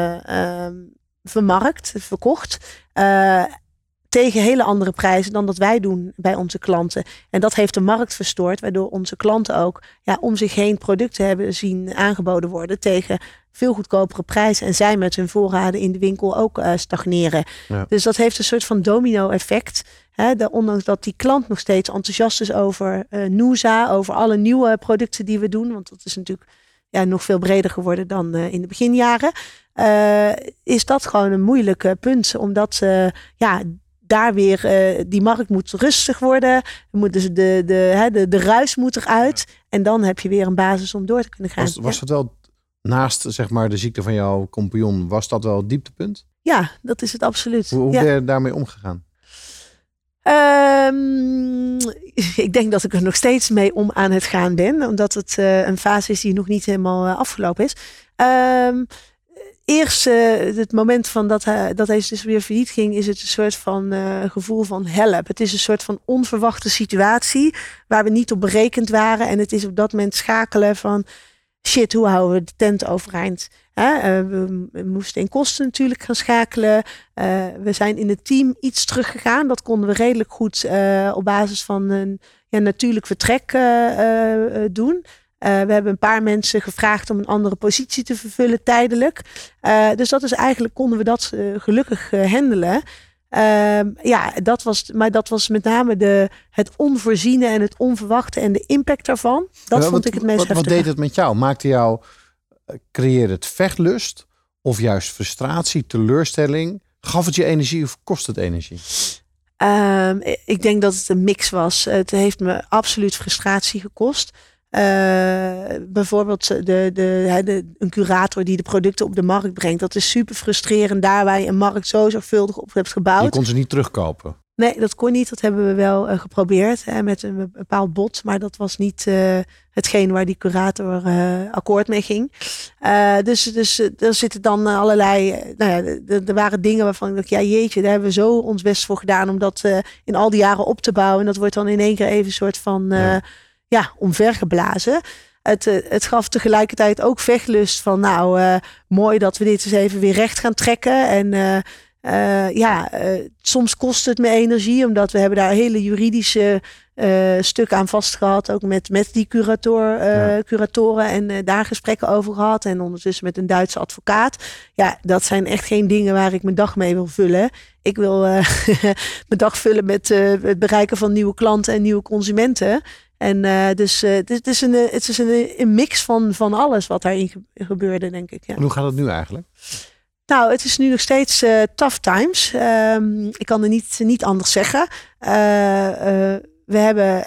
S3: verkocht. Tegen hele andere prijzen dan dat wij doen bij onze klanten. En dat heeft de markt verstoord. Waardoor onze klanten ook om zich heen producten hebben zien aangeboden worden. Tegen veel goedkopere prijzen. En zij met hun voorraden in de winkel ook stagneren. Ja. Dus dat heeft een soort van domino effect. Ondanks dat die klant nog steeds enthousiast is over Noosa. Over alle nieuwe producten die we doen. Want dat is natuurlijk nog veel breder geworden dan in de beginjaren. Is dat gewoon een moeilijk punt. Omdat daar weer die markt moet rustig worden. Dus de ruis moet eruit. En dan heb je weer een basis om door te kunnen gaan.
S2: Was dat wel naast zeg maar de ziekte van jouw compagnon, was dat wel het dieptepunt?
S3: Ja, dat is het absoluut.
S2: Hoe ben je daarmee omgegaan?
S3: Ik denk dat ik er nog steeds mee om aan het gaan ben. Omdat het een fase is die nog niet helemaal afgelopen is. Eerst het moment van dat hij dus weer failliet ging, is het een soort van gevoel van help. Het is een soort van onverwachte situatie waar we niet op berekend waren. En het is op dat moment schakelen van shit, hoe houden we de tent overeind? We moesten in kosten natuurlijk gaan schakelen. We zijn in het team iets teruggegaan. Dat konden we redelijk goed op basis van een natuurlijk vertrek doen. We hebben een paar mensen gevraagd om een andere positie te vervullen tijdelijk. Dus dat is eigenlijk, konden we dat gelukkig handelen. Dat was met name het onvoorziene en het onverwachte en de impact daarvan. Dat vond ik het meest heftig.
S2: Wat deed het met jou? Creëerde het vechtlust of juist frustratie, teleurstelling? Gaf het je energie of kost het energie?
S3: Ik denk dat het een mix was. Het heeft me absoluut frustratie gekost. Bijvoorbeeld een curator die de producten op de markt brengt. Dat is super frustrerend daar waar je een markt zo zorgvuldig op hebt gebouwd.
S2: Je kon ze niet terugkopen?
S3: Nee, dat kon niet. Dat hebben we wel geprobeerd met een bepaald bod. Maar dat was niet hetgeen waar die curator akkoord mee ging. Dus er zitten dan allerlei... er waren dingen waarvan ik dacht, ja jeetje, daar hebben we zo ons best voor gedaan om dat in al die jaren op te bouwen. En dat wordt dan in één keer even een soort van... omvergeblazen. Het gaf tegelijkertijd ook vechtlust van mooi dat we dit eens even weer recht gaan trekken. En soms kost het me energie, omdat we hebben daar hele juridische stuk aan vastgehad. Ook met die curatoren en daar gesprekken over gehad. En ondertussen met een Duitse advocaat. Ja, dat zijn echt geen dingen waar ik mijn dag mee wil vullen. Ik wil mijn dag vullen met het bereiken van nieuwe klanten en nieuwe consumenten. En het is een mix van alles wat daarin gebeurde, denk ik. Ja.
S2: En hoe gaat het nu eigenlijk?
S3: Nou, het is nu nog steeds tough times. Ik kan er niet anders zeggen. We hebben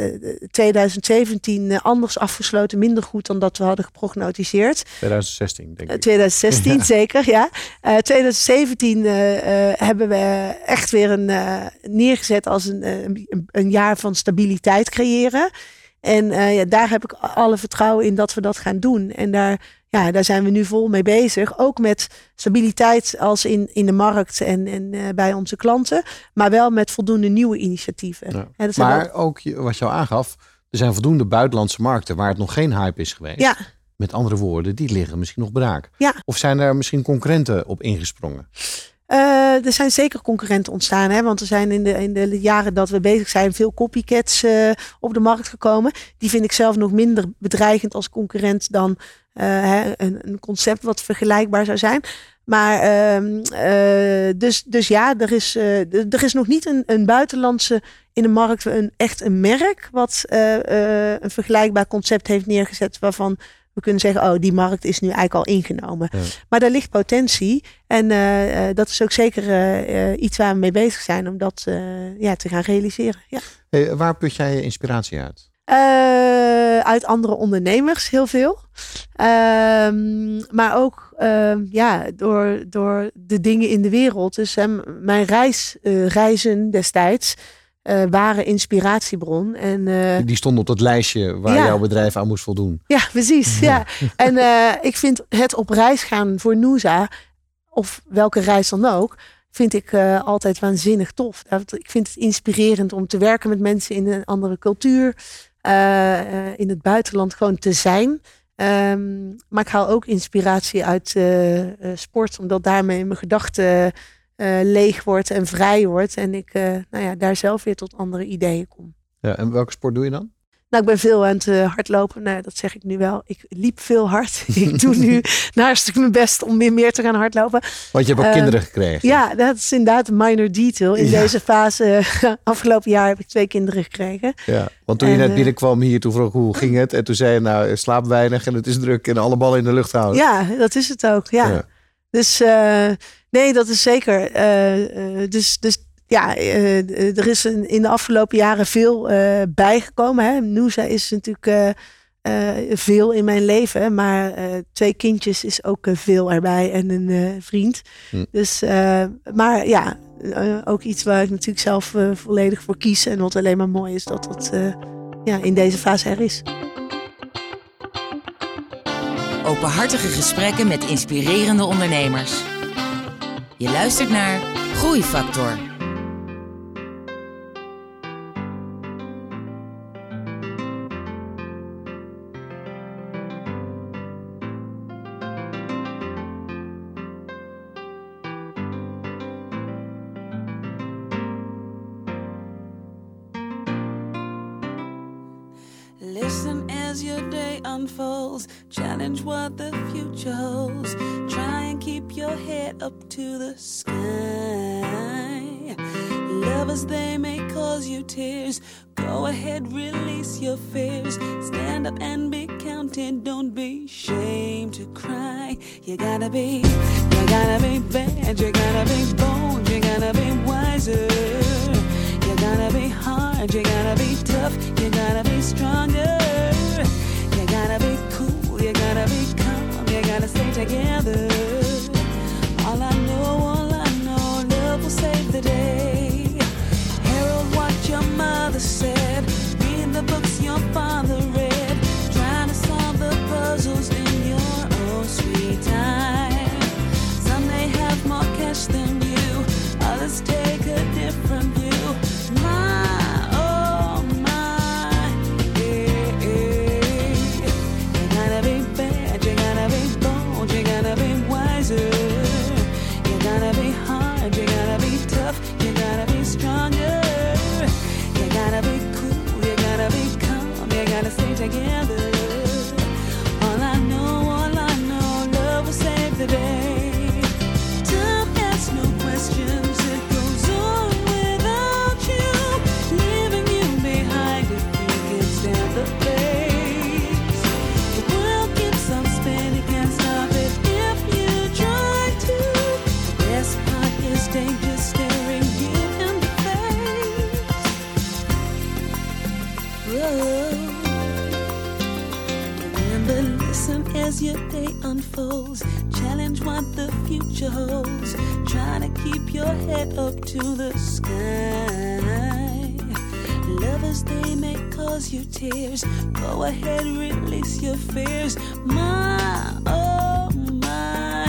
S3: 2017 anders afgesloten, minder goed dan dat we hadden geprognotiseerd.
S2: 2016, denk ik.
S3: 2016, zeker, ja. 2017 hebben we echt weer neergezet als een jaar van stabiliteit creëren. En daar heb ik alle vertrouwen in dat we dat gaan doen. En daar zijn we nu vol mee bezig. Ook met stabiliteit als in de markt en bij onze klanten. Maar wel met voldoende nieuwe initiatieven.
S2: Ja. Maar ook wat je al aangaf. Er zijn voldoende buitenlandse markten waar het nog geen hype is geweest. Ja. Met andere woorden, die liggen misschien nog braak. Ja. Of zijn er misschien concurrenten op ingesprongen?
S3: Er zijn zeker concurrenten ontstaan. Hè? Want er zijn in de jaren dat we bezig zijn veel copycats op de markt gekomen. Die vind ik zelf nog minder bedreigend als concurrent dan een concept wat vergelijkbaar zou zijn. Maar er is nog niet een buitenlandse in de markt echt een merk wat een vergelijkbaar concept heeft neergezet waarvan we kunnen zeggen, die markt is nu eigenlijk al ingenomen. Ja. Maar daar ligt potentie. En dat is ook zeker iets waar we mee bezig zijn om dat te gaan realiseren. Ja.
S2: Hey, waar put jij je inspiratie uit?
S3: Uit andere ondernemers, heel veel. Maar ook door de dingen in de wereld. Dus mijn reizen destijds waren inspiratiebron. En,
S2: die stond op dat lijstje waar jouw bedrijf aan moest voldoen.
S3: Ja, precies. Ja. En ik vind het op reis gaan voor Noosa, of welke reis dan ook, vind ik altijd waanzinnig tof. Ik vind het inspirerend om te werken met mensen in een andere cultuur. In het buitenland gewoon te zijn. Maar ik haal ook inspiratie uit sport, omdat daarmee mijn gedachten leeg wordt en vrij wordt. En ik daar zelf weer tot andere ideeën kom.
S2: Ja, en welke sport doe je dan?
S3: Nou, ik ben veel aan het hardlopen. Nou, dat zeg ik nu wel. Ik liep veel hard. Ik doe nu naast mijn best om meer te gaan hardlopen.
S2: Want je hebt ook kinderen gekregen.
S3: Ja, dat is inderdaad een minor detail. In deze fase, afgelopen jaar heb ik 2 kinderen gekregen. Ja,
S2: want toen je net binnenkwam hier, toen vroeg ik hoe ging het? En toen zei je, slaap weinig en het is druk en alle ballen in de lucht houden.
S3: Ja, dat is het ook. Ja. Dus nee, dat is zeker. Er is in de afgelopen jaren veel bijgekomen. Hè. Noosa is natuurlijk veel in mijn leven. Maar 2 kindjes is ook veel erbij. En een vriend. Dus, ook iets waar ik natuurlijk zelf volledig voor kies. En wat alleen maar mooi is dat dat in deze fase er is.
S1: Openhartige gesprekken met inspirerende ondernemers. Je luistert naar Groeifactor.
S6: Listen as your day unfolds. Challenge what the future holds. Try and keep your head up to the sky. Lovers, they may cause you tears. Go ahead, release your fears. Stand up and be counted. Don't be ashamed to cry. You gotta be bad. You gotta be bold. You gotta be wiser. You gotta be hard, you gotta be tough, you gotta be stronger. You gotta be cool, you gotta be calm, you gotta stay together. All I know, love will save the day. Herald what your mother said, read the books your father read, trying to solve the puzzles in your own sweet time. Some may have more cash than you, others take a different view. My, oh my, together. All I know, love will save the day. Time asks no questions, it goes on without you, leaving you behind if you can stand the pace. The world keeps on spinning, can't stop it if you try to. The best part is danger staring you in the face. Whoa. Remember, listen as your day unfolds. Challenge what the future holds. Try to keep your head up to the sky. Lovers, they may cause you tears. Go ahead, release your fears. My, oh my,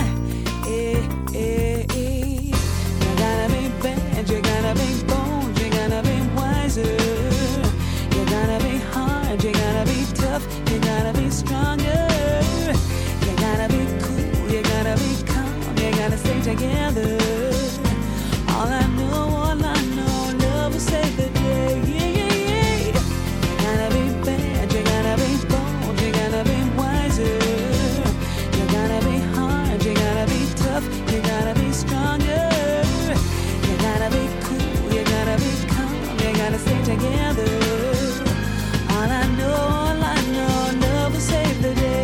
S6: You gotta be bad, you gotta be bold, you gotta be wiser. You gotta be hard, you gotta be tough, you gotta be stronger. You gotta be cool, you gotta be calm, you gotta stay together. All I know, love will save the day. You gotta be bad, you gotta be bold, you gotta be wiser. You gotta be hard, you gotta be tough, you gotta be stronger. You gotta be cool, you gotta be calm, you gotta stay together. All I know, love will save the day.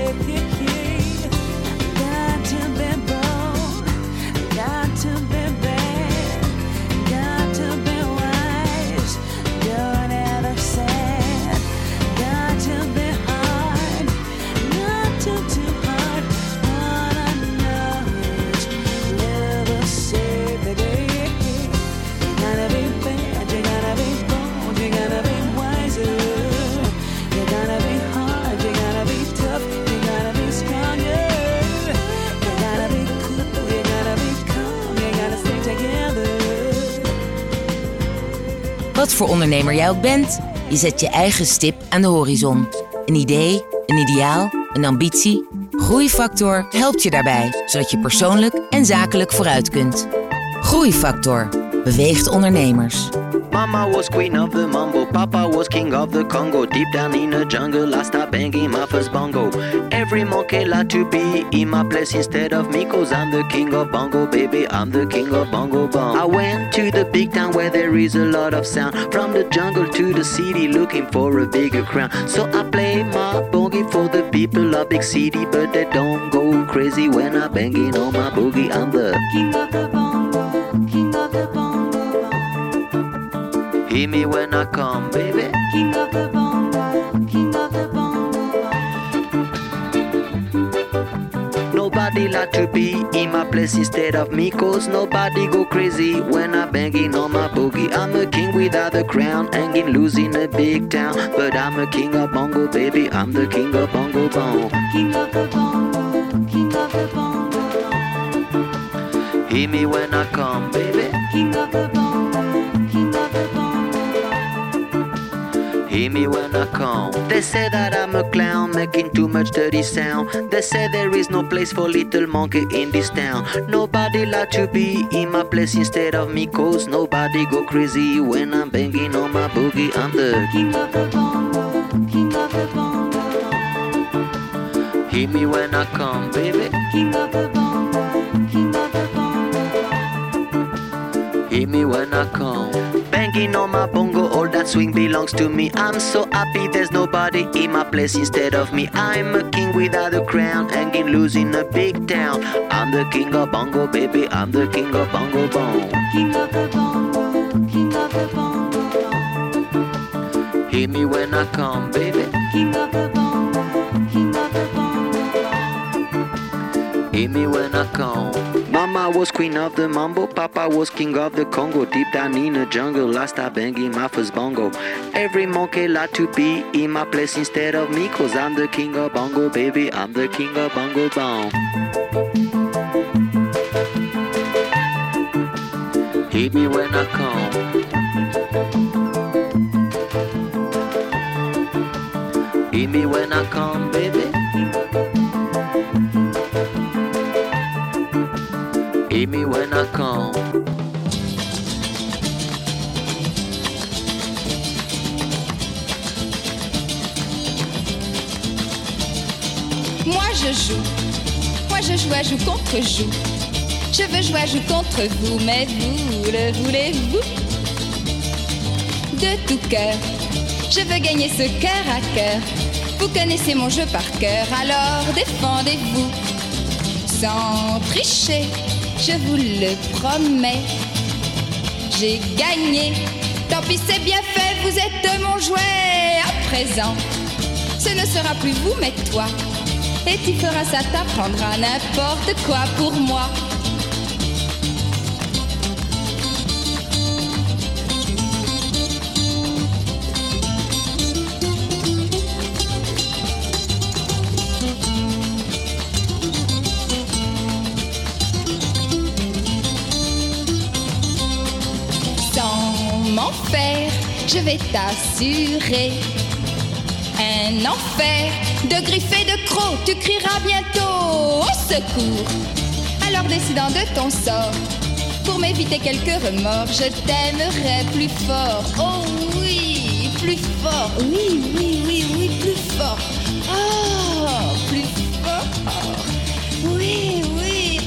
S6: Got to be bold, got to be bad, got to be wise, don't ever sad. Got to be hard, not too hard. All I know is love will save the day. You gotta be bad, you gotta be bold, you gotta be wiser. You gotta be hard, you gotta be tough, you gotta be stronger. You gotta be cool, you gotta be calm, you gotta stay together.
S1: Wat voor ondernemer jij ook bent, je zet je eigen stip aan de horizon. Een idee, een ideaal, een ambitie. Groeifactor helpt je daarbij, zodat je persoonlijk en zakelijk vooruit kunt. Groeifactor beweegt ondernemers.
S7: Mama was queen of the mambo, Papa was king of the Congo. Deep down in the jungle, I start banging my first bongo. Every monkey like to be in my place instead of me, 'cause I'm the king of bongo, baby, I'm the king of bongo bong. I went to the big town where there is a lot of sound. From the jungle to the city, looking for a bigger crown. So I play my boogie for the people of big city, but they don't go crazy when I banging on my boogie. I'm the
S6: King of the bongo, king of the bongo.
S7: hear me when I come, baby.
S6: King of the bongo, king of the bongo.
S7: Nobody like to be in my place instead of me, 'cause nobody go crazy when I banging on my boogie. I'm a king without a crown, hanging loose in a big town, but I'm a king of bongo, baby, I'm the king of bongo bong.
S6: King of the bongo, king of the bongo.
S7: Hear me when I come, baby.
S6: King of the bongo, king of the bongo.
S7: Hear me when I come. They say that I'm a clown, making too much dirty sound. They say there is no place for little monkey in this town. Nobody like to be in my place instead of me, 'cause nobody go crazy when I'm banging on my boogie. I'm the
S6: King of the bongo, king of the bongo.
S7: hear me when I come, baby.
S6: King of the bongo, king of the bongo.
S7: Hear me when I come. Banging on my bongo, all that swing belongs to me. I'm so happy there's nobody in my place instead of me. I'm a king without a crown, hanging loose in a big town. I'm the king of bongo, baby, I'm the king of bongo bong.
S6: King of the bongo, king of the bongo.
S7: Hear me when I come, baby.
S6: King of the bongo, king of the bongo.
S7: Hear me when I come. Mama was queen of the mambo, Papa was king of the Congo. Deep down in the jungle, I start banging my first bongo. Every monkey like to be in my place instead of me, 'cause I'm the king of bongo, baby, I'm the king of bongo bong. Hear me when I come. Hear me when I come, baby. Hear me when I come.
S8: Moi je joue à joue contre joue. Je veux jouer à joue contre vous, mais vous le voulez-vous? De tout cœur, je veux gagner ce cœur à cœur. Vous connaissez mon jeu par cœur, alors défendez-vous. Sans tricher, je vous le promets. J'ai gagné, tant pis c'est bien fait, vous êtes mon jouet. À présent, ce ne sera plus vous mais toi. Et tu feras ça, t'apprendras n'importe quoi pour moi. Sans m'en faire, je vais t'assurer un enfer de griffes et de crocs. Tu crieras bientôt au secours. Alors décidant de ton sort, pour m'éviter quelques remords, je t'aimerai plus fort. Oh oui, plus fort. Oui, oui, oui, oui, plus fort. Oh, plus fort. Oui, oui.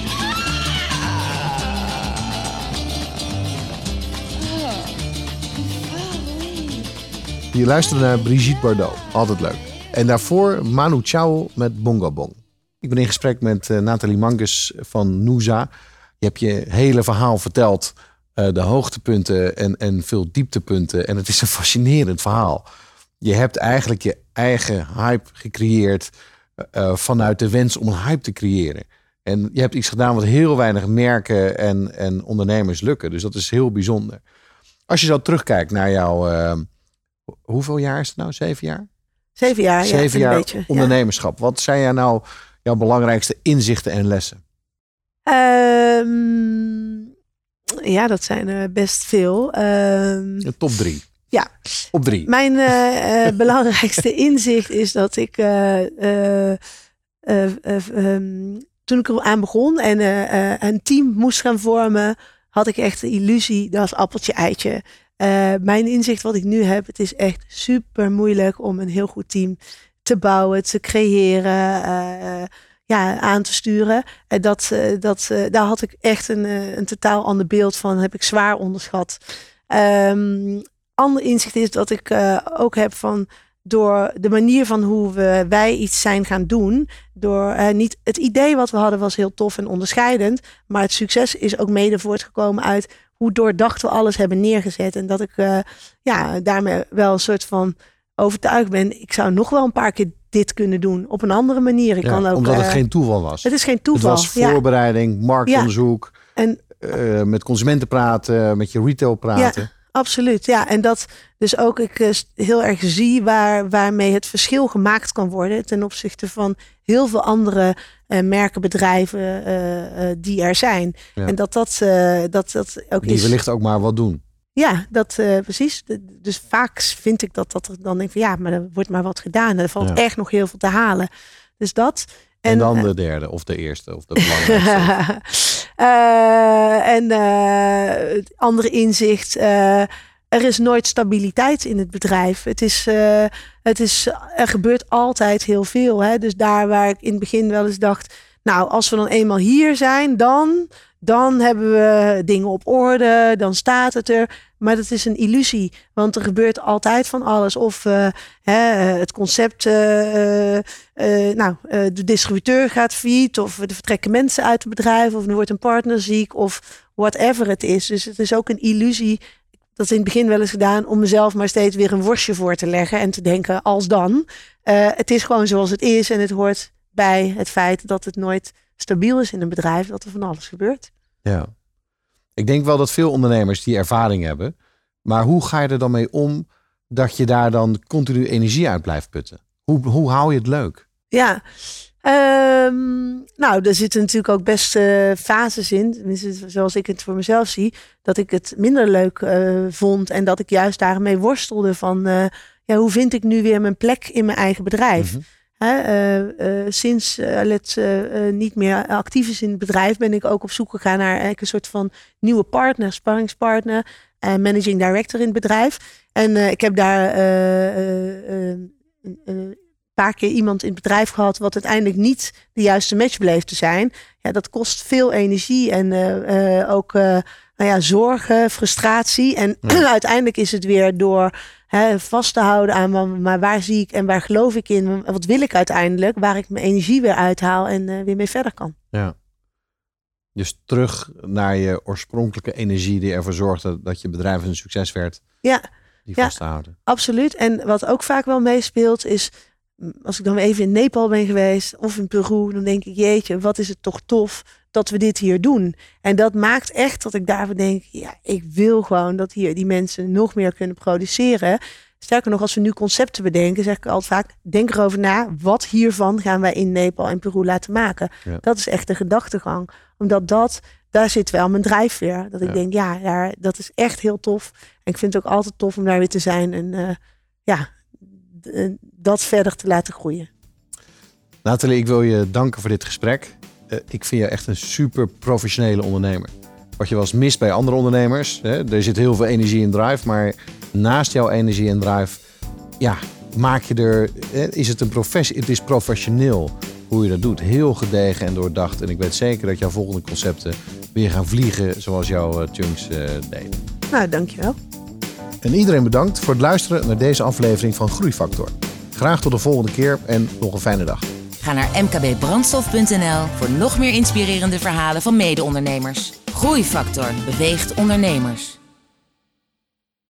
S2: Je luisterde naar Brigitte Bardot. Altijd leuk. En daarvoor Manu Chao met Bongo Bong. Ik ben in gesprek met Nathalie Mangus van Noosa. Je hebt je hele verhaal verteld. De hoogtepunten en veel dieptepunten. En het is een fascinerend verhaal. Je hebt eigenlijk je eigen hype gecreëerd vanuit de wens om een hype te creëren. En je hebt iets gedaan wat heel weinig merken en ondernemers lukken. Dus dat is heel bijzonder. Als je zo terugkijkt naar jouw... hoeveel jaar is het nou? 7 jaar?
S3: 7 jaar,
S2: 7 jaar
S3: een beetje,
S2: ondernemerschap. Wat zijn nou jouw belangrijkste inzichten en lessen?
S3: Ja, dat zijn er best veel.
S2: De top 3.
S3: Ja.
S2: Op 3.
S3: Mijn belangrijkste inzicht is dat ik toen ik er aan begon en een team moest gaan vormen, had ik echt de illusie, dat was appeltje eitje. Mijn inzicht wat ik nu heb, het is echt super moeilijk om een heel goed team te bouwen, te creëren, aan te sturen. Daar had ik echt een totaal ander beeld van, heb ik zwaar onderschat. Ander inzicht is dat ik ook heb van door de manier van hoe wij iets zijn gaan doen. Door niet het idee wat we hadden was heel tof en onderscheidend. Maar het succes is ook mede voortgekomen uit hoe doordacht we alles hebben neergezet. En dat ik daarmee wel een soort van overtuigd ben. Ik zou nog wel een paar keer dit kunnen doen op een andere manier. Ik kan ook,
S2: omdat het geen toeval was.
S3: Het is geen toeval.
S2: Het was voorbereiding, marktonderzoek. En met consumenten praten, met je retail praten.
S3: Ja, absoluut. Ja, en dat dus ook ik heel erg zie waarmee het verschil gemaakt kan worden ten opzichte van heel veel andere merken, bedrijven die er zijn. Ja. En dat ook
S2: die
S3: is.
S2: wellicht ook maar wat doen.
S3: Ja, dat precies. Dus vaak vind ik dat er dan denk van ja, maar er wordt maar wat gedaan. Er valt echt nog heel veel te halen. Dus dat.
S2: En dan de derde of de eerste of de belangrijkste.
S3: Het andere inzicht. Er is nooit stabiliteit in het bedrijf. Er gebeurt altijd heel veel. Hè? Dus daar waar ik in het begin wel eens dacht, nou, als we dan eenmaal hier zijn, dan hebben we dingen op orde, dan staat het er. Maar dat is een illusie, want er gebeurt altijd van alles. Of het concept, de distributeur gaat failliet, of er vertrekken mensen uit het bedrijf, of er wordt een partner ziek, of whatever het is. Dus het is ook een illusie. Dat is in het begin wel eens gedaan om mezelf maar steeds weer een worstje voor te leggen en te denken als dan. Het is gewoon zoals het is en het hoort bij het feit dat het nooit stabiel is in een bedrijf, dat er van alles gebeurt.
S2: Ja, ik denk wel dat veel ondernemers die ervaring hebben. Maar hoe ga je er dan mee om dat je daar dan continu energie uit blijft putten? Hoe hou je het leuk?
S3: Ja, er zitten natuurlijk ook best fases in. Tenminste, zoals ik het voor mezelf zie. Dat ik het minder leuk vond. En dat ik juist daarmee worstelde van hoe vind ik nu weer mijn plek in mijn eigen bedrijf? Mm-hmm. Sinds Arlette niet meer actief is in het bedrijf, ben ik ook op zoek gegaan naar een soort van nieuwe partner, sparringspartner, managing director in het bedrijf. En ik heb daar paar keer iemand in het bedrijf gehad wat uiteindelijk niet de juiste match bleef te zijn. Ja, dat kost veel energie en ook zorgen, frustratie. En uiteindelijk is het weer door vast te houden aan maar waar zie ik en waar geloof ik in? En wat wil ik uiteindelijk? Waar ik mijn energie weer uithaal en weer mee verder kan.
S2: Ja. Dus terug naar je oorspronkelijke energie die ervoor zorgde dat je bedrijf een succes werd.
S3: Ja.
S2: Die vast te houden.
S3: Absoluut. En wat ook vaak wel meespeelt is, als ik dan even in Nepal ben geweest of in Peru, dan denk ik, jeetje, wat is het toch tof dat we dit hier doen. En dat maakt echt dat ik daarvan denk, ja, ik wil gewoon dat hier die mensen nog meer kunnen produceren. Sterker nog, als we nu concepten bedenken, zeg ik altijd vaak, denk erover na, wat hiervan gaan wij in Nepal en Peru laten maken. Ja. Dat is echt de gedachtegang. Omdat daar zit wel mijn drijfveer. Dat ik denk, dat is echt heel tof. En ik vind het ook altijd tof om daar weer te zijn en dat verder te laten groeien.
S2: Nathalie, ik wil je danken voor dit gesprek. Ik vind je echt een super professionele ondernemer. Wat je wel eens mist bij andere ondernemers. Er zit heel veel energie en drive. Maar naast jouw energie en drive, maak je is het een professie. Het is professioneel hoe je dat doet. Heel gedegen en doordacht. En ik weet zeker dat jouw volgende concepten weer gaan vliegen zoals jouw chunks deden.
S3: Nou, dankjewel.
S2: En iedereen bedankt voor het luisteren naar deze aflevering van Groeifactor. Graag tot de volgende keer en nog een fijne dag.
S1: Ga naar mkbbrandstof.nl voor nog meer inspirerende verhalen van mede-ondernemers. Groeifactor beweegt ondernemers.